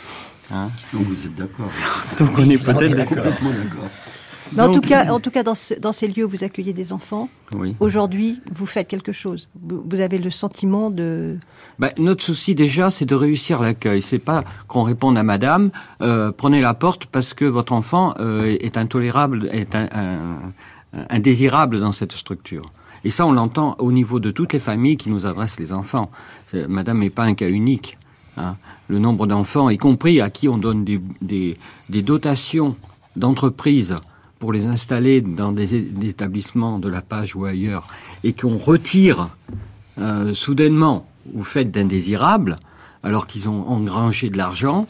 Hein Donc vous êtes d'accord. Donc on est peut-être d'accord. complètement d'accord. Mais en tout cas, en tout cas dans, ce, dans ces lieux où vous accueillez des enfants, oui. Aujourd'hui, vous faites quelque chose. Vous, vous avez le sentiment de... Ben, notre souci déjà, c'est de réussir l'accueil. C'est pas qu'on réponde à madame, euh, prenez la porte parce que votre enfant euh, est intolérable, est un, un, indésirable dans cette structure. Et ça, on l'entend au niveau de toutes les familles qui nous adressent les enfants. C'est, madame n'est pas un cas unique. Hein. Le nombre d'enfants, y compris à qui on donne des, des, des dotations d'entreprises pour les installer dans des, des établissements de la Page ou ailleurs, et qu'on retire euh, soudainement au fait d'indésirables, alors qu'ils ont engrangé de l'argent,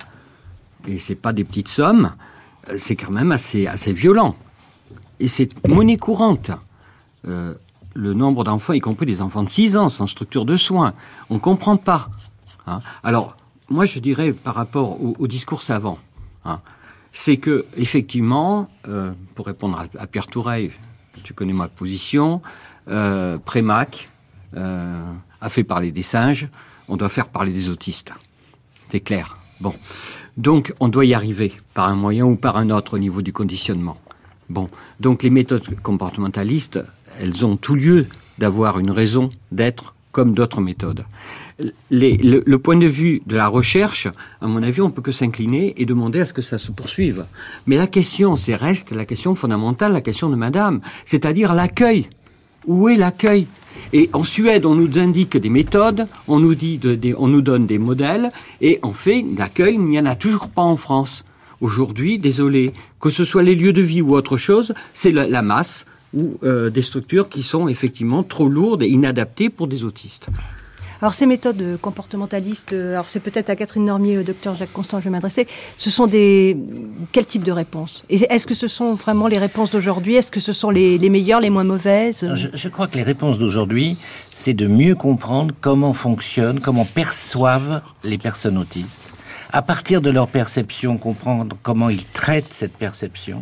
et c'est pas des petites sommes, c'est quand même assez, assez violent. Et c'est monnaie courante. Euh, le nombre d'enfants, y compris des enfants de six ans, sans structure de soins, on comprend pas. Hein. Alors, moi je dirais par rapport au, au discours savant, hein, c'est que, effectivement, euh, pour répondre à, à Pierre Toureille, tu connais ma position, euh, Prémac euh, a fait parler des singes, on doit faire parler des autistes. C'est clair. Bon. Donc, on doit y arriver, par un moyen ou par un autre, au niveau du conditionnement. Bon. Donc, les méthodes comportementalistes, elles ont tout lieu d'avoir une raison d'être comme d'autres méthodes. Les, le, le point de vue de la recherche, à mon avis, on ne peut que s'incliner et demander à ce que ça se poursuive. Mais la question, c'est reste la question fondamentale, la question de madame, c'est-à-dire l'accueil. Où est l'accueil ? Et en Suède, on nous indique des méthodes, on nous dit, de, de, on nous donne des modèles, et en fait, l'accueil, il n'y en a toujours pas en France. Aujourd'hui, désolé, que ce soit les lieux de vie ou autre chose, c'est la, la masse ou euh, des structures qui sont effectivement trop lourdes et inadaptées pour des autistes. Alors ces méthodes comportementalistes, alors c'est peut-être à Catherine Normier, au docteur Jacques Constant que je vais m'adresser, ce sont des... Quel type de réponses ? Et est-ce que ce sont vraiment les réponses d'aujourd'hui ? Est-ce que ce sont les, les meilleures, les moins mauvaises ? je, je crois que les réponses d'aujourd'hui, c'est de mieux comprendre comment fonctionnent, comment perçoivent les personnes autistes, À partir de leur perception, comprendre comment ils traitent cette perception.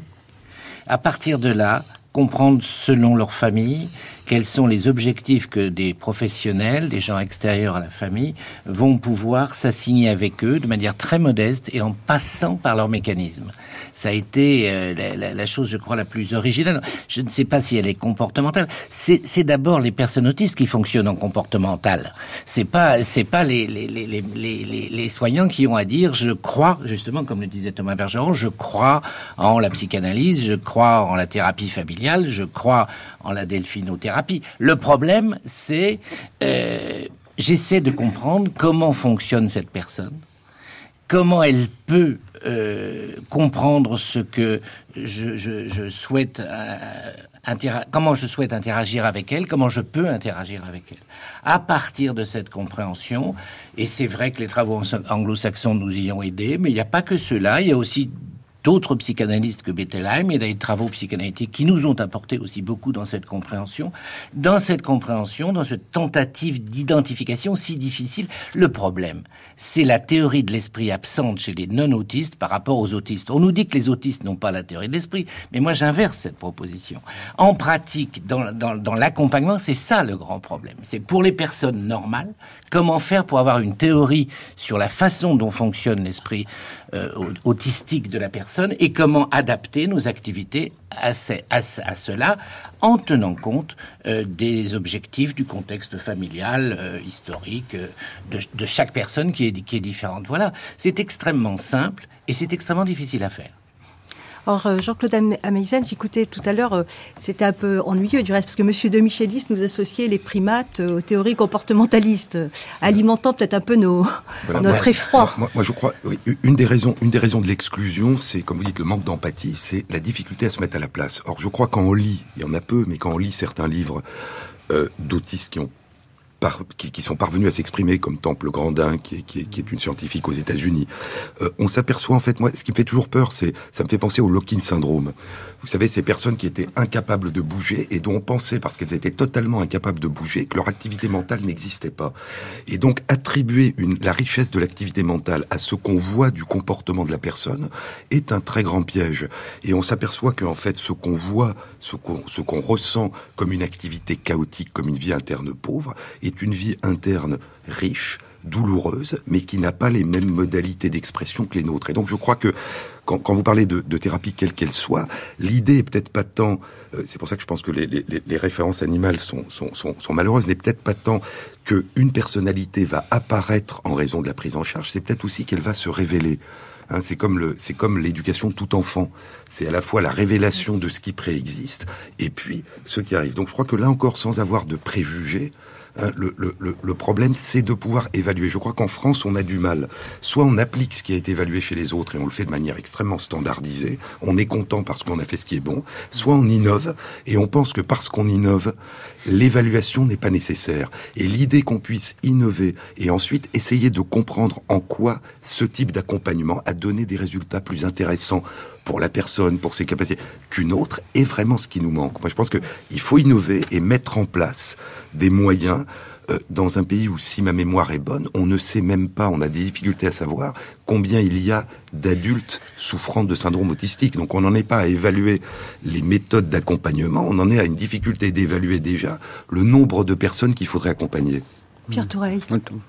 À partir de là, comprendre selon leur famille quels sont les objectifs que des professionnels, des gens extérieurs à la famille, vont pouvoir s'assigner avec eux de manière très modeste et en passant par leurs mécanismes. Ça a été euh, la, la, la chose, je crois, la plus originale. Je ne sais pas si elle est comportementale. C'est, c'est d'abord les personnes autistes qui fonctionnent en comportemental. C'est pas, c'est pas les, les, les, les, les, les soignants qui ont à dire, je crois, justement, comme le disait Thomas Bergeron, je crois en la psychanalyse, je crois en la thérapie familiale, je crois en la delphinothérapie. Le problème, c'est euh, j'essaie de comprendre comment fonctionne cette personne, comment elle peut euh, comprendre ce que je, je, je souhaite, euh, interra- comment je souhaite interagir avec elle, comment je peux interagir avec elle. À partir de cette compréhension, et c'est vrai que les travaux anglo-saxons nous y ont aidés, mais il n'y a pas que cela, il y a aussi d'autres psychanalystes que Bettelheim, il y a des travaux psychanalytiques qui nous ont apporté aussi beaucoup dans cette compréhension. Dans cette compréhension, dans cette tentative d'identification si difficile, le problème, c'est la théorie de l'esprit absente chez les non-autistes par rapport aux autistes. On nous dit que les autistes n'ont pas la théorie de l'esprit, mais moi j'inverse cette proposition. En pratique, dans, dans, dans l'accompagnement, c'est ça le grand problème. C'est pour les personnes normales, comment faire pour avoir une théorie sur la façon dont fonctionne l'esprit euh, autistique de la personne et comment adapter nos activités à, ces, à, à cela en tenant compte euh, des objectifs du contexte familial, euh, historique, euh, de, de chaque personne qui est, qui est différente. Voilà, c'est extrêmement simple et c'est extrêmement difficile à faire. Or, Jean-Claude Ameisen, j'écoutais tout à l'heure, c'était un peu ennuyeux du reste, parce que M. de Michelis nous associait les primates aux théories comportementalistes, alimentant peut-être un peu nos, voilà, notre moi, effroi. Moi, moi, je crois, oui, une des raisons, une des raisons de l'exclusion, c'est, comme vous dites, le manque d'empathie, c'est la difficulté à se mettre à la place. Or, je crois quand on lit, il y en a peu, mais quand on lit certains livres euh, d'autistes qui ont Par, qui, qui sont parvenus à s'exprimer, comme Temple Grandin, qui est, qui est, qui est une scientifique aux États-Unis, euh, on s'aperçoit en fait, moi, ce qui me fait toujours peur, c'est, ça me fait penser au lock-in syndrome. Vous savez, ces personnes qui étaient incapables de bouger et dont on pensait, parce qu'elles étaient totalement incapables de bouger, que leur activité mentale n'existait pas. Et donc, attribuer une, la richesse de l'activité mentale à ce qu'on voit du comportement de la personne est un très grand piège. Et on s'aperçoit qu'en fait, ce qu'on voit, ce qu'on, ce qu'on ressent comme une activité chaotique, comme une vie interne pauvre, est une vie interne riche, douloureuse, mais qui n'a pas les mêmes modalités d'expression que les nôtres. Et donc je crois que quand, quand vous parlez de, de thérapie quelle qu'elle soit, l'idée est peut-être pas tant, euh, c'est pour ça que je pense que les, les, les références animales sont, sont, sont, sont malheureuses, n'est peut-être pas tant qu'une personnalité va apparaître en raison de la prise en charge, c'est peut-être aussi qu'elle va se révéler. Hein, c'est comme le, c'est comme l'éducation de tout enfant. C'est à la fois la révélation de ce qui préexiste et puis ce qui arrive. Donc je crois que là encore, sans avoir de préjugés, hein, le, le, le problème, c'est de pouvoir évaluer. Je crois qu'en France, on a du mal. Soit on applique ce qui a été évalué chez les autres et on le fait de manière extrêmement standardisée. On est content parce qu'on a fait ce qui est bon. Soit on innove et on pense que parce qu'on innove, l'évaluation n'est pas nécessaire. Et l'idée qu'on puisse innover et ensuite essayer de comprendre en quoi ce type d'accompagnement a donné des résultats plus intéressants pour la personne, pour ses capacités, qu'une autre, est vraiment ce qui nous manque. Moi, je pense qu'il faut innover et mettre en place des moyens euh, dans un pays où, si ma mémoire est bonne, on ne sait même pas, on a des difficultés à savoir combien il y a d'adultes souffrant de syndrome autistique. Donc on n'en est pas à évaluer les méthodes d'accompagnement, on en est à une difficulté d'évaluer déjà le nombre de personnes qu'il faudrait accompagner. Pierre Toureille.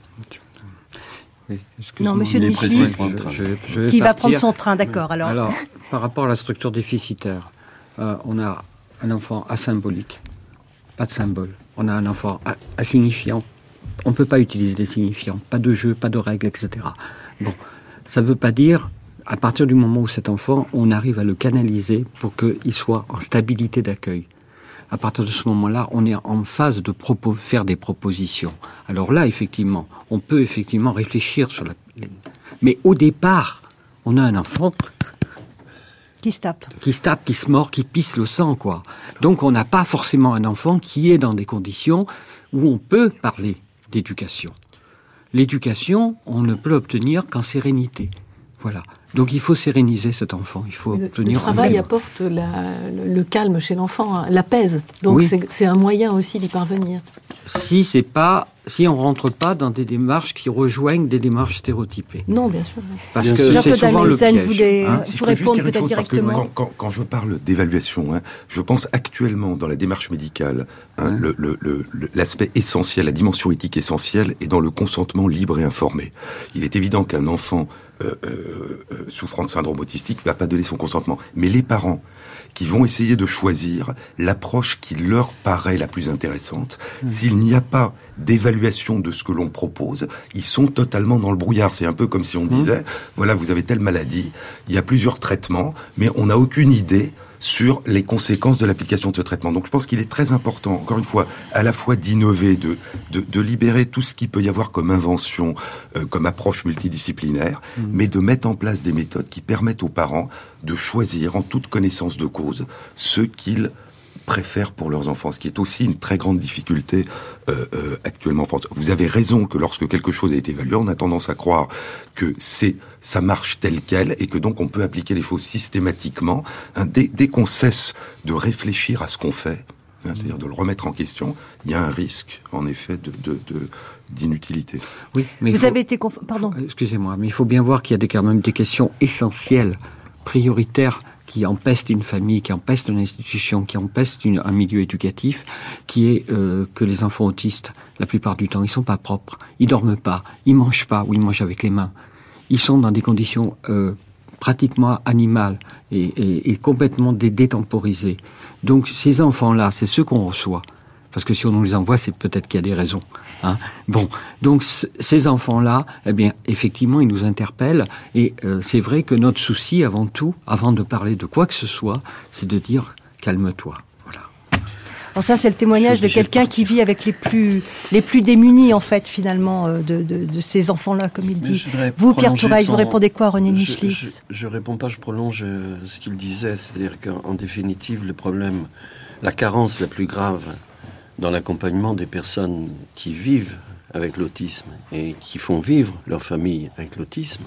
Oui, non, monsieur de Michelis, qui va prendre son train, d'accord. Alors. alors, par rapport à la structure déficitaire, euh, on a un enfant asymbolique, pas de symbole. On a un enfant insignifiant. On ne peut pas utiliser des signifiants, pas de jeu, pas de règles, et cetera. Bon, ça ne veut pas dire, à partir du moment où cet enfant, on arrive à le canaliser pour qu'il soit en stabilité d'accueil. À partir de ce moment-là, on est en phase de propos, faire des propositions. Alors là, effectivement, on peut effectivement réfléchir sur la... Mais au départ, on a un enfant... Qui se tape. Qui se tape, qui se mord, qui pisse le sang, quoi. Donc on n'a pas forcément un enfant qui est dans des conditions où on peut parler d'éducation. L'éducation, on ne peut l'obtenir qu'en sérénité. Voilà. Donc il faut séréniser cet enfant, il faut le, obtenir... Le travail apporte la, le, le calme chez l'enfant, hein, l'apaise. Donc oui. c'est, c'est un moyen aussi d'y parvenir. Si c'est pas, si on rentre pas dans des démarches qui rejoignent des démarches stéréotypées. Non, bien sûr. Parce bien que sûr. C'est souvent le piège. Voulait, hein, si vous répondre peut-être chose, directement. Quand, quand, quand je parle d'évaluation, hein, je pense actuellement dans la démarche médicale, hein, mmh. le, le, le, l'aspect essentiel, la dimension éthique essentielle est dans le consentement libre et informé. Il est évident qu'un enfant Euh, euh, euh, souffrant de syndrome autistique va pas donner son consentement. Mais les parents qui vont essayer de choisir l'approche qui leur paraît la plus intéressante, mmh. s'il n'y a pas d'évaluation de ce que l'on propose, ils sont totalement dans le brouillard. C'est un peu comme si on disait, mmh. voilà, vous avez telle maladie, il y a plusieurs traitements, mais on n'a aucune idée sur les conséquences de l'application de ce traitement. Donc je pense qu'il est très important, encore une fois, à la fois d'innover, de, de, de libérer tout ce qu'il peut y avoir comme invention, euh, comme approche multidisciplinaire, mmh. mais de mettre en place des méthodes qui permettent aux parents de choisir en toute connaissance de cause ce qu'ils préfèrent pour leurs enfants, ce qui est aussi une très grande difficulté euh, euh, actuellement en France. Vous avez raison que lorsque quelque chose a été évalué, on a tendance à croire que c'est ça marche tel quel et que donc on peut appliquer les choses systématiquement. Hein, dès, dès qu'on cesse de réfléchir à ce qu'on fait, hein, c'est-à-dire de le remettre en question, il y a un risque, en effet, de, de, de d'inutilité. Oui, mais vous faut, avez été conf... pardon. Faut, excusez-moi, mais il faut bien voir qu'il y a des, quand même des questions essentielles, prioritaires, qui empeste une famille, qui empeste une institution, qui empeste une, un milieu éducatif, qui est euh, que les enfants autistes, la plupart du temps, ils sont pas propres, ils dorment pas, ils mangent pas ou ils mangent avec les mains. Ils sont dans des conditions euh, pratiquement animales et, et, et complètement dé- détemporisées. Donc ces enfants-là, c'est ceux qu'on reçoit. Parce que si on nous les envoie, c'est peut-être qu'il y a des raisons. Hein. Bon, donc c- ces enfants-là, eh bien, effectivement, ils nous interpellent. Et euh, c'est vrai que notre souci, avant tout, avant de parler de quoi que ce soit, c'est de dire « calme-toi ». Voilà. Alors ça, c'est le témoignage de quelqu'un qui vit avec les plus les plus démunis, en fait, finalement, de, de, de ces enfants-là, comme il dit. Vous, Pierre Touraille, son... vous répondez quoi à René Michelis ? Je, je, je réponds pas, je prolonge ce qu'il disait. C'est-à-dire qu'en définitive, le problème, la carence la plus grave dans l'accompagnement des personnes qui vivent avec l'autisme et qui font vivre leur famille avec l'autisme,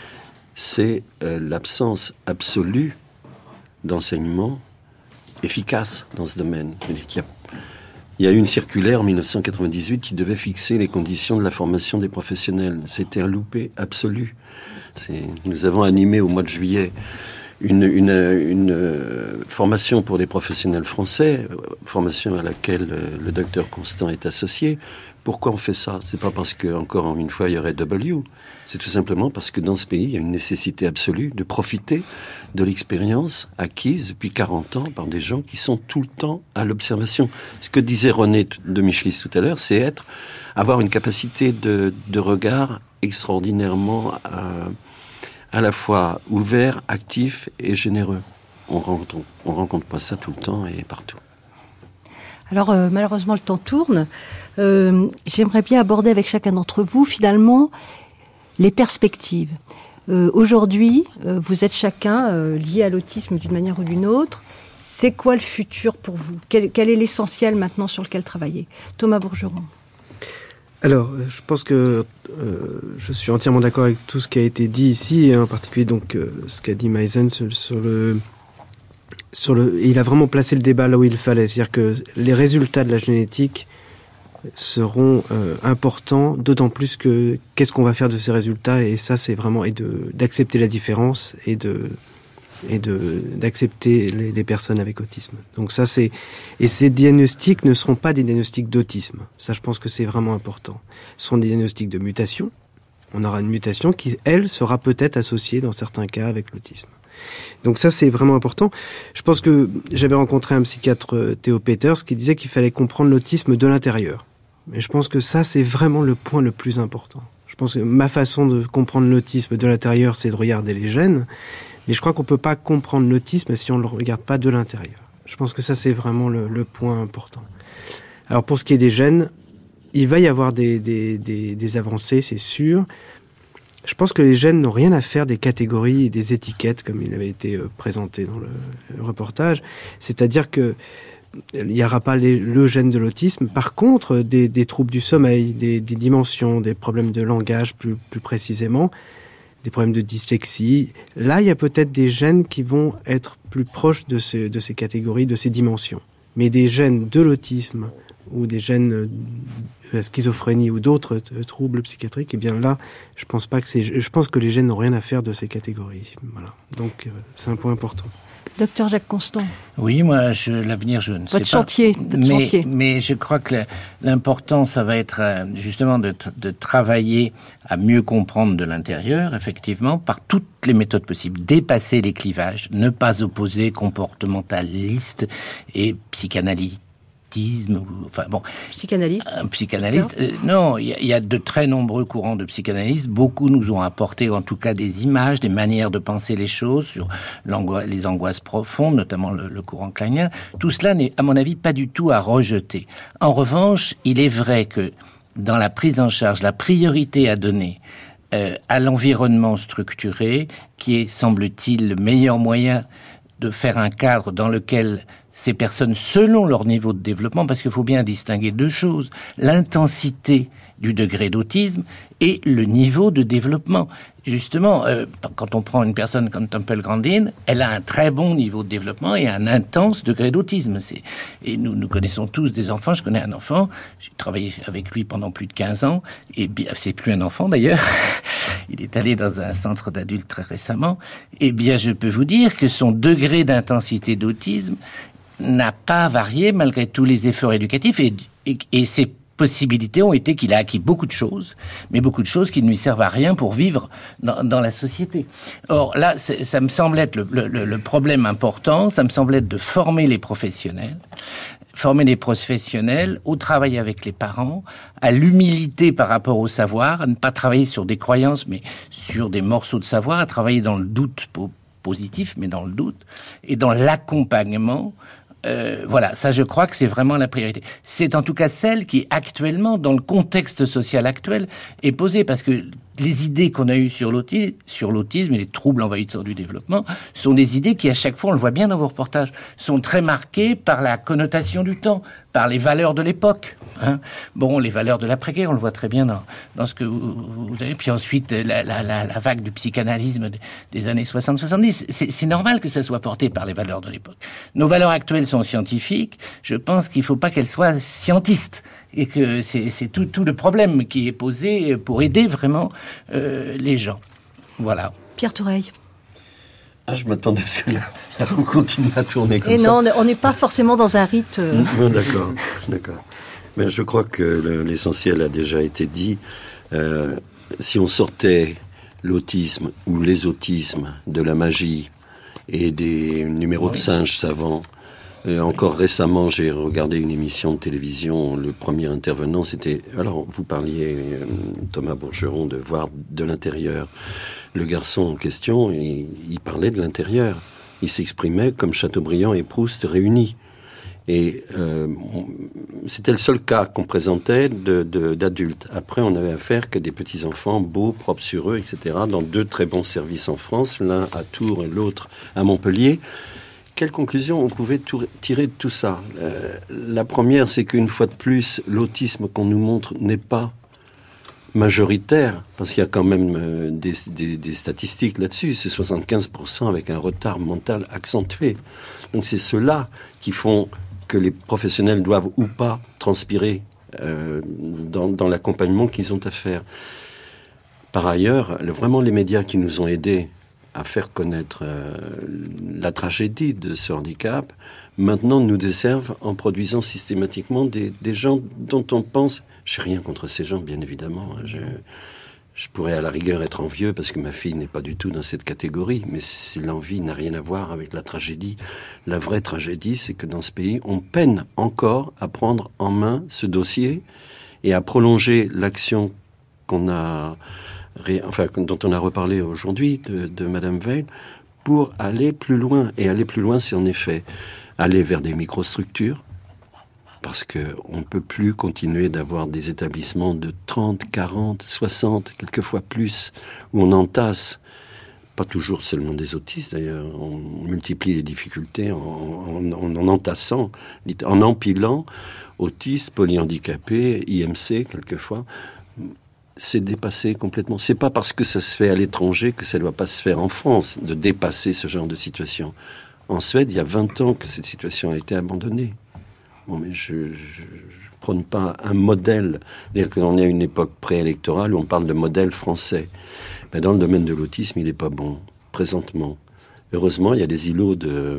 c'est euh, l'absence absolue d'enseignement efficace dans ce domaine. C'est-à-dire qu'il y a, il y a eu une circulaire en dix-neuf cent quatre-vingt-dix-huit qui devait fixer les conditions de la formation des professionnels. C'était un loupé absolu. C'est, nous avons animé au mois de juillet Une, une, une euh, formation pour les professionnels français, formation à laquelle euh, le docteur Constant est associé. Pourquoi on fait ça ? C'est pas parce que, encore une fois, il y aurait W. C'est tout simplement parce que dans ce pays, il y a une nécessité absolue de profiter de l'expérience acquise depuis quarante ans par des gens qui sont tout le temps à l'observation. Ce que disait René de Michelis tout à l'heure, c'est être, avoir une capacité de, de regard extraordinairement euh, à la fois ouvert, actif et généreux. On rencontre, on rencontre pas ça tout le temps et partout. Alors, euh, malheureusement, le temps tourne. Euh, j'aimerais bien aborder avec chacun d'entre vous, finalement, les perspectives. Euh, aujourd'hui, euh, vous êtes chacun euh, lié à l'autisme d'une manière ou d'une autre. C'est quoi le futur pour vous ? quel, quel est l'essentiel maintenant sur lequel travailler ? Thomas Bourgeron. Alors, je pense que euh, je suis entièrement d'accord avec tout ce qui a été dit ici, et en particulier donc euh, ce qu'a dit Meisen sur, sur le sur le. Il a vraiment placé le débat là où il fallait, c'est-à-dire que les résultats de la génétique seront euh, importants, d'autant plus que qu'est-ce qu'on va faire de ces résultats, et ça c'est vraiment et de d'accepter la différence et de et de d'accepter les, les personnes avec autisme. Donc ça c'est et ces diagnostics ne seront pas des diagnostics d'autisme. Ça je pense que c'est vraiment important. Ce sont des diagnostics de mutation. On aura une mutation qui elle sera peut-être associée dans certains cas avec l'autisme. Donc ça c'est vraiment important. Je pense que j'avais rencontré un psychiatre, Theo Peters, qui disait qu'il fallait comprendre l'autisme de l'intérieur. Et je pense que ça c'est vraiment le point le plus important. Je pense que ma façon de comprendre l'autisme de l'intérieur, c'est de regarder les gènes. Mais je crois qu'on peut pas comprendre l'autisme si on le regarde pas de l'intérieur. Je pense que ça, c'est vraiment le, le point important. Alors, pour ce qui est des gènes, il va y avoir des, des, des, des avancées, c'est sûr. Je pense que les gènes n'ont rien à faire des catégories et des étiquettes, comme il avait été présenté dans le, le reportage. C'est-à-dire que il n'y aura pas les, le gène de l'autisme. Par contre, des, des troubles du sommeil, des, des dimensions, des problèmes de langage plus, plus précisément, des problèmes de dyslexie. Là, il y a peut-être des gènes qui vont être plus proches de ces, de ces catégories, de ces dimensions. Mais des gènes de l'autisme ou des gènes de la schizophrénie ou d'autres t- troubles psychiatriques, eh bien là, je pense pas que c'est, je pense que les gènes n'ont rien à faire de ces catégories. Voilà. Donc, euh, c'est un point important. Docteur Jacques Constant. Oui, moi, je, l'avenir, je ne Votre sais pas. chantier, votre mais, chantier. mais je crois que l'important, ça va être justement de, de travailler à mieux comprendre de l'intérieur, effectivement, par toutes les méthodes possibles. Dépasser les clivages, ne pas opposer comportementaliste et psychanalyste. Ou, enfin bon, psychanalyste. Un psychanalyste. Euh, non, il y, y a de très nombreux courants de psychanalystes. Beaucoup nous ont apporté, en tout cas, des images, des manières de penser les choses sur les angoisses profondes, notamment le, le courant kleinien. Tout cela n'est, à mon avis, pas du tout à rejeter. En revanche, il est vrai que dans la prise en charge, la priorité à donner euh, à l'environnement structuré, qui est, semble-t-il, le meilleur moyen de faire un cadre dans lequel ces personnes, selon leur niveau de développement, parce qu'il faut bien distinguer deux choses, l'intensité du degré d'autisme et le niveau de développement. Justement, euh, quand on prend une personne comme Temple Grandin, elle a un très bon niveau de développement et un intense degré d'autisme. C'est, et nous, nous connaissons tous des enfants. Je connais un enfant, j'ai travaillé avec lui pendant plus de quinze ans, et bien, c'est plus un enfant d'ailleurs. Il est allé dans un centre d'adultes très récemment. Eh bien, je peux vous dire que son degré d'intensité d'autisme n'a pas varié malgré tous les efforts éducatifs et, et, et ses possibilités ont été qu'il a acquis beaucoup de choses, mais beaucoup de choses qui ne lui servent à rien pour vivre dans, dans la société. Or là, ça me semble être le, le, le problème important, ça me semble être de former les professionnels, former les professionnels au travail avec les parents, à l'humilité par rapport au savoir, à ne pas travailler sur des croyances, mais sur des morceaux de savoir, à travailler dans le doute positif, mais dans le doute, et dans l'accompagnement. Euh, voilà, ça je crois que c'est vraiment la priorité. C'est en tout cas celle qui actuellement, dans le contexte social actuel, est posée, parce que les idées qu'on a eues sur l'autisme, sur l'autisme et les troubles envahisseurs du développement sont des idées qui, à chaque fois, on le voit bien dans vos reportages, sont très marquées par la connotation du temps, par les valeurs de l'époque. Hein. Bon, les valeurs de l'après-guerre, on le voit très bien dans, dans ce que vous, vous avez. Puis ensuite, la, la, la, la vague du psychanalysme des années soixante soixante-dix. C'est, c'est normal que ça soit porté par les valeurs de l'époque. Nos valeurs actuelles sont scientifiques. Je pense qu'il ne faut pas qu'elles soient scientistes. Et que c'est, c'est tout, tout le problème qui est posé pour aider vraiment euh, les gens. Voilà. Pierre Toureille. Ah, je m'attendais à ce que la roue continue à tourner comme Et ça. non, on n'est pas forcément dans un rite... Euh... Non, d'accord, d'accord. Mais je crois que le, l'essentiel a déjà été dit. Euh, si on sortait l'autisme ou les autismes de la magie et des numéros oui. de singes savants, Et encore récemment, j'ai regardé une émission de télévision. Le premier intervenant, c'était... Alors, vous parliez, euh, Thomas Bourgeron, de voir de l'intérieur. Le garçon en question, il, il parlait de l'intérieur. Il s'exprimait comme Chateaubriand et Proust réunis. Et euh, on, c'était le seul cas qu'on présentait de, de, d'adultes. Après, on avait affaire que des petits-enfants beaux, propres sur eux, et cetera, dans deux très bons services en France, l'un à Tours et l'autre à Montpellier. Quelle conclusion on pouvait tout, tirer de tout ça ? euh, La première, c'est qu'une fois de plus, l'autisme qu'on nous montre n'est pas majoritaire, parce qu'il y a quand même euh, des, des, des statistiques là-dessus. C'est soixante-quinze pour cent avec un retard mental accentué. Donc c'est ceux-là qui font que les professionnels doivent ou pas transpirer euh, dans, dans l'accompagnement qu'ils ont à faire. Par ailleurs, le, vraiment les médias qui nous ont aidés à faire connaître euh, la tragédie de ce handicap, maintenant nous desservent en produisant systématiquement des, des gens dont on pense... Je n'ai rien contre ces gens, bien évidemment. Je, je pourrais à la rigueur être envieux parce que ma fille n'est pas du tout dans cette catégorie, mais si l'envie n'a rien à voir avec la tragédie. La vraie tragédie, c'est que dans ce pays, on peine encore à prendre en main ce dossier et à prolonger l'action qu'on a... enfin, dont on a reparlé aujourd'hui de, de Madame Veil, pour aller plus loin. Et aller plus loin, c'est en effet aller vers des microstructures, parce qu'on ne peut plus continuer d'avoir des établissements de trente, quarante, soixante, quelquefois plus, où on entasse, pas toujours seulement des autistes d'ailleurs, on multiplie les difficultés en en, en, en entassant, en empilant autistes, polyhandicapés, I M C quelquefois. c'est dépasser complètement. C'est pas parce que ça se fait à l'étranger que ça ne doit pas se faire en France, de dépasser ce genre de situation. En Suède, il y a vingt ans que cette situation a été abandonnée. Bon, mais je ne prône pas un modèle. C'est-à-dire qu'on est à une époque préélectorale où on parle de modèle français. Ben, dans le domaine de l'autisme, il n'est pas bon, présentement. Heureusement, il y a des îlots de,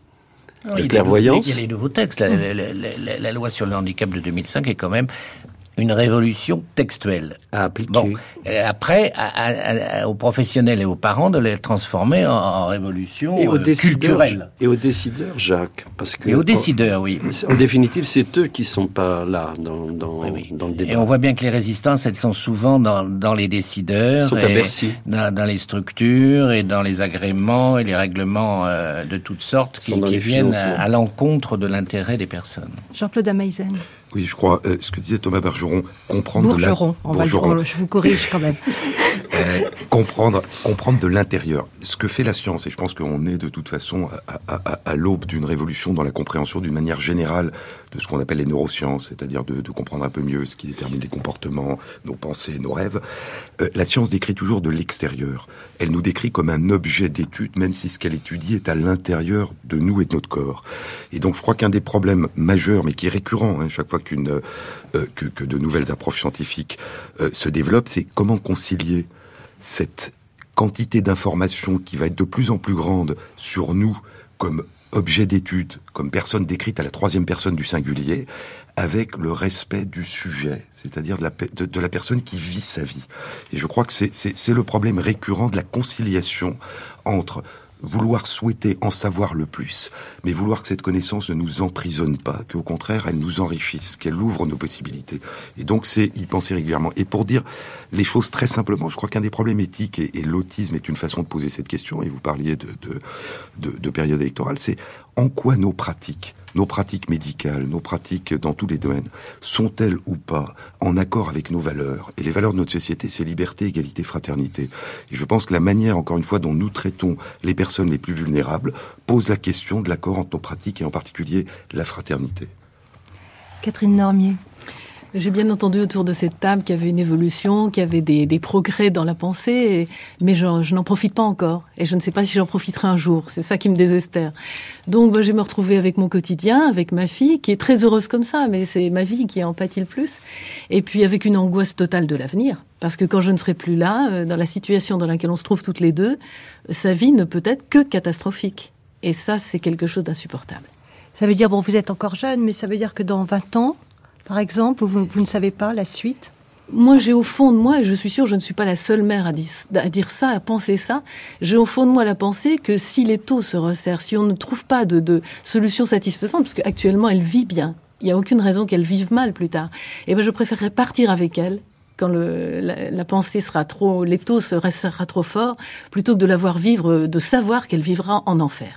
oui, de clairvoyance. Il y a les nouveaux textes. La, la, la, la, la loi sur le handicap de deux mille cinq est quand même une révolution textuelle. À appliquer. Bon, après, à, à, à, aux professionnels et aux parents de les transformer en, en révolution et aux euh, culturelle. Et aux décideurs, Jacques. Parce que, et aux décideurs, oui. En définitive, c'est eux qui ne sont pas là dans, dans, oui, oui. dans le débat. Et on voit bien que les résistances, elles sont souvent dans, dans les décideurs. Ils sont à Bercy. Dans, dans les structures et dans les agréments et les règlements euh, de toutes sortes qui, qui viennent à, à l'encontre de l'intérêt des personnes. Jean-Claude Ameisen. Oui, je crois, euh, ce que disait Thomas Bergeron, comprendre Bourgeron, de on Bourgeron. Va, je vous corrige quand même. euh, comprendre, comprendre de l'intérieur. Ce que fait la science, et je pense qu'on est de toute façon à, à, à, à l'aube d'une révolution dans la compréhension d'une manière générale de ce qu'on appelle les neurosciences, c'est-à-dire de, de comprendre un peu mieux ce qui détermine les comportements, nos pensées, nos rêves. Euh, la science décrit toujours de l'extérieur. Elle nous décrit comme un objet d'étude, même si ce qu'elle étudie est à l'intérieur de nous et de notre corps. Et donc je crois qu'un des problèmes majeurs, mais qui est récurrent, hein, chaque fois qu'une euh, que, que de nouvelles approches scientifiques euh, se développent, c'est comment concilier cette quantité d'informations qui va être de plus en plus grande sur nous comme objet d'étude, comme personne décrite à la troisième personne du singulier, avec le respect du sujet, c'est-à-dire de la, de, de la personne qui vit sa vie. Et je crois que c'est, c'est, c'est le problème récurrent de la conciliation entre vouloir souhaiter en savoir le plus, mais vouloir que cette connaissance ne nous emprisonne pas, qu'au contraire, elle nous enrichisse, qu'elle ouvre nos possibilités. Et donc, c'est y penser régulièrement. Et pour dire les choses très simplement, je crois qu'un des problèmes éthiques, et, et l'autisme est une façon de poser cette question, et vous parliez de, de, de, de période électorale, c'est en quoi nos pratiques, nos pratiques médicales, nos pratiques dans tous les domaines, sont-elles ou pas en accord avec nos valeurs? Et les valeurs de notre société, c'est liberté, égalité, fraternité. Et je pense que la manière, encore une fois, dont nous traitons les personnes les plus vulnérables pose la question de l'accord entre nos pratiques et en particulier la fraternité. Catherine Normier. J'ai bien entendu autour de cette table qu'il y avait une évolution, qu'il y avait des, des progrès dans la pensée, et, mais je, je n'en profite pas encore. Et je ne sais pas si j'en profiterai un jour. C'est ça qui me désespère. Donc, moi, je vais me retrouver avec mon quotidien, avec ma fille, qui est très heureuse comme ça, mais c'est ma vie qui en pâtit le plus. Et puis, avec une angoisse totale de l'avenir. Parce que quand je ne serai plus là, dans la situation dans laquelle on se trouve toutes les deux, sa vie ne peut être que catastrophique. Et ça, c'est quelque chose d'insupportable. Ça veut dire, bon, vous êtes encore jeune, mais ça veut dire que dans vingt ans, par exemple, vous, vous ne savez pas la suite? Moi, j'ai au fond de moi, et je suis sûre, je ne suis pas la seule mère à, dis, à dire ça, à penser ça, j'ai au fond de moi la pensée que si les taux se resserrent, si on ne trouve pas de, de solution satisfaisante, parce qu'actuellement, elle vit bien, il n'y a aucune raison qu'elle vive mal plus tard, et ben je préférerais partir avec elle, quand le, la, la pensée sera trop, les taux se resserrera trop fort, plutôt que de la voir vivre, de savoir qu'elle vivra en enfer.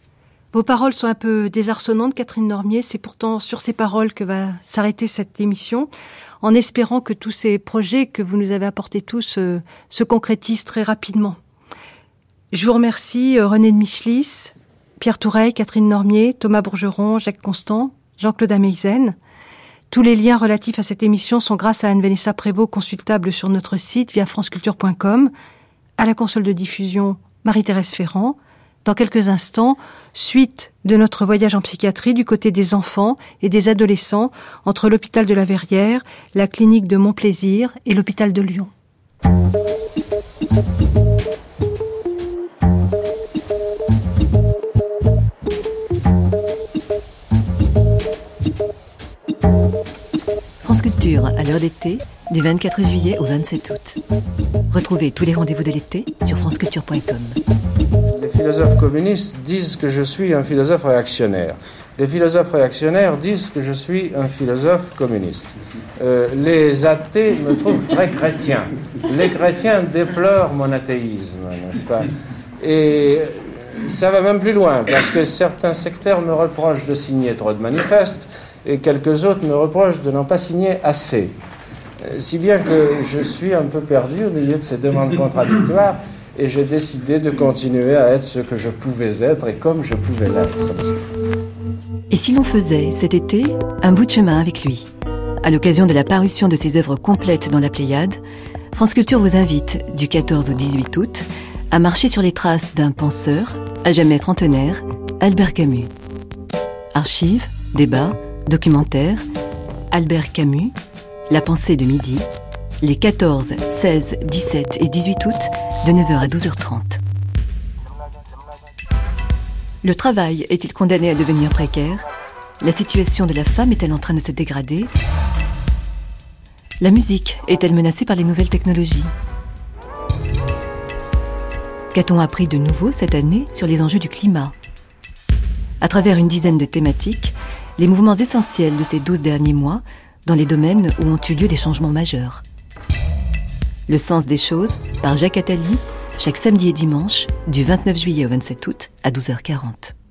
Vos paroles sont un peu désarçonnantes, Catherine Normier. C'est pourtant sur ces paroles que va s'arrêter cette émission, en espérant que tous ces projets que vous nous avez apportés tous euh, se concrétisent très rapidement. Je vous remercie, euh, René de Michelis, Pierre Toureille, Catherine Normier, Thomas Bourgeron, Jacques Constant, Jean-Claude Ameisen. Tous les liens relatifs à cette émission sont grâce à Anne-Vanessa Prévost, consultables sur notre site via franceculture point com, à la console de diffusion Marie-Thérèse Ferrand. Dans quelques instants, suite de notre voyage en psychiatrie du côté des enfants et des adolescents entre l'hôpital de la Verrière, la clinique de Montplaisir et l'hôpital de Lyon. France Culture à l'heure d'été, du vingt-quatre juillet au vingt-sept août. Retrouvez tous les rendez-vous de l'été sur franceculture point com. Les philosophes communistes disent que je suis un philosophe réactionnaire. Les philosophes réactionnaires disent que je suis un philosophe communiste. Euh, les athées me trouvent très chrétien. Les chrétiens déplorent mon athéisme, n'est-ce pas? Et ça va même plus loin, parce que certains sectaires me reprochent de signer trop de manifestes, et quelques autres me reprochent de n'en pas signer assez. Si bien que je suis un peu perdu au milieu de ces demandes contradictoires, et j'ai décidé de continuer à être ce que je pouvais être et comme je pouvais l'être. Et si l'on faisait cet été un bout de chemin avec lui, À l'occasion de la parution de ses œuvres complètes dans la Pléiade, France Culture vous invite, du quatorze au dix-huit août, à marcher sur les traces d'un penseur, à jamais trentenaire, Albert Camus. Archives, débats, documentaires, Albert Camus, La pensée de midi, les quatorze, seize, dix-sept et dix-huit août, de neuf heures à douze heures trente. Le travail est-il condamné à devenir précaire? La situation de la femme est-elle en train de se dégrader? La musique est-elle menacée par les nouvelles technologies? Qu'a-t-on appris de nouveau cette année sur les enjeux du climat? À travers une dizaine de thématiques, les mouvements essentiels de ces douze derniers mois dans les domaines où ont eu lieu des changements majeurs. Le sens des choses, par Jacques Attali, chaque samedi et dimanche, du vingt-neuf juillet au vingt-sept août à douze heures quarante.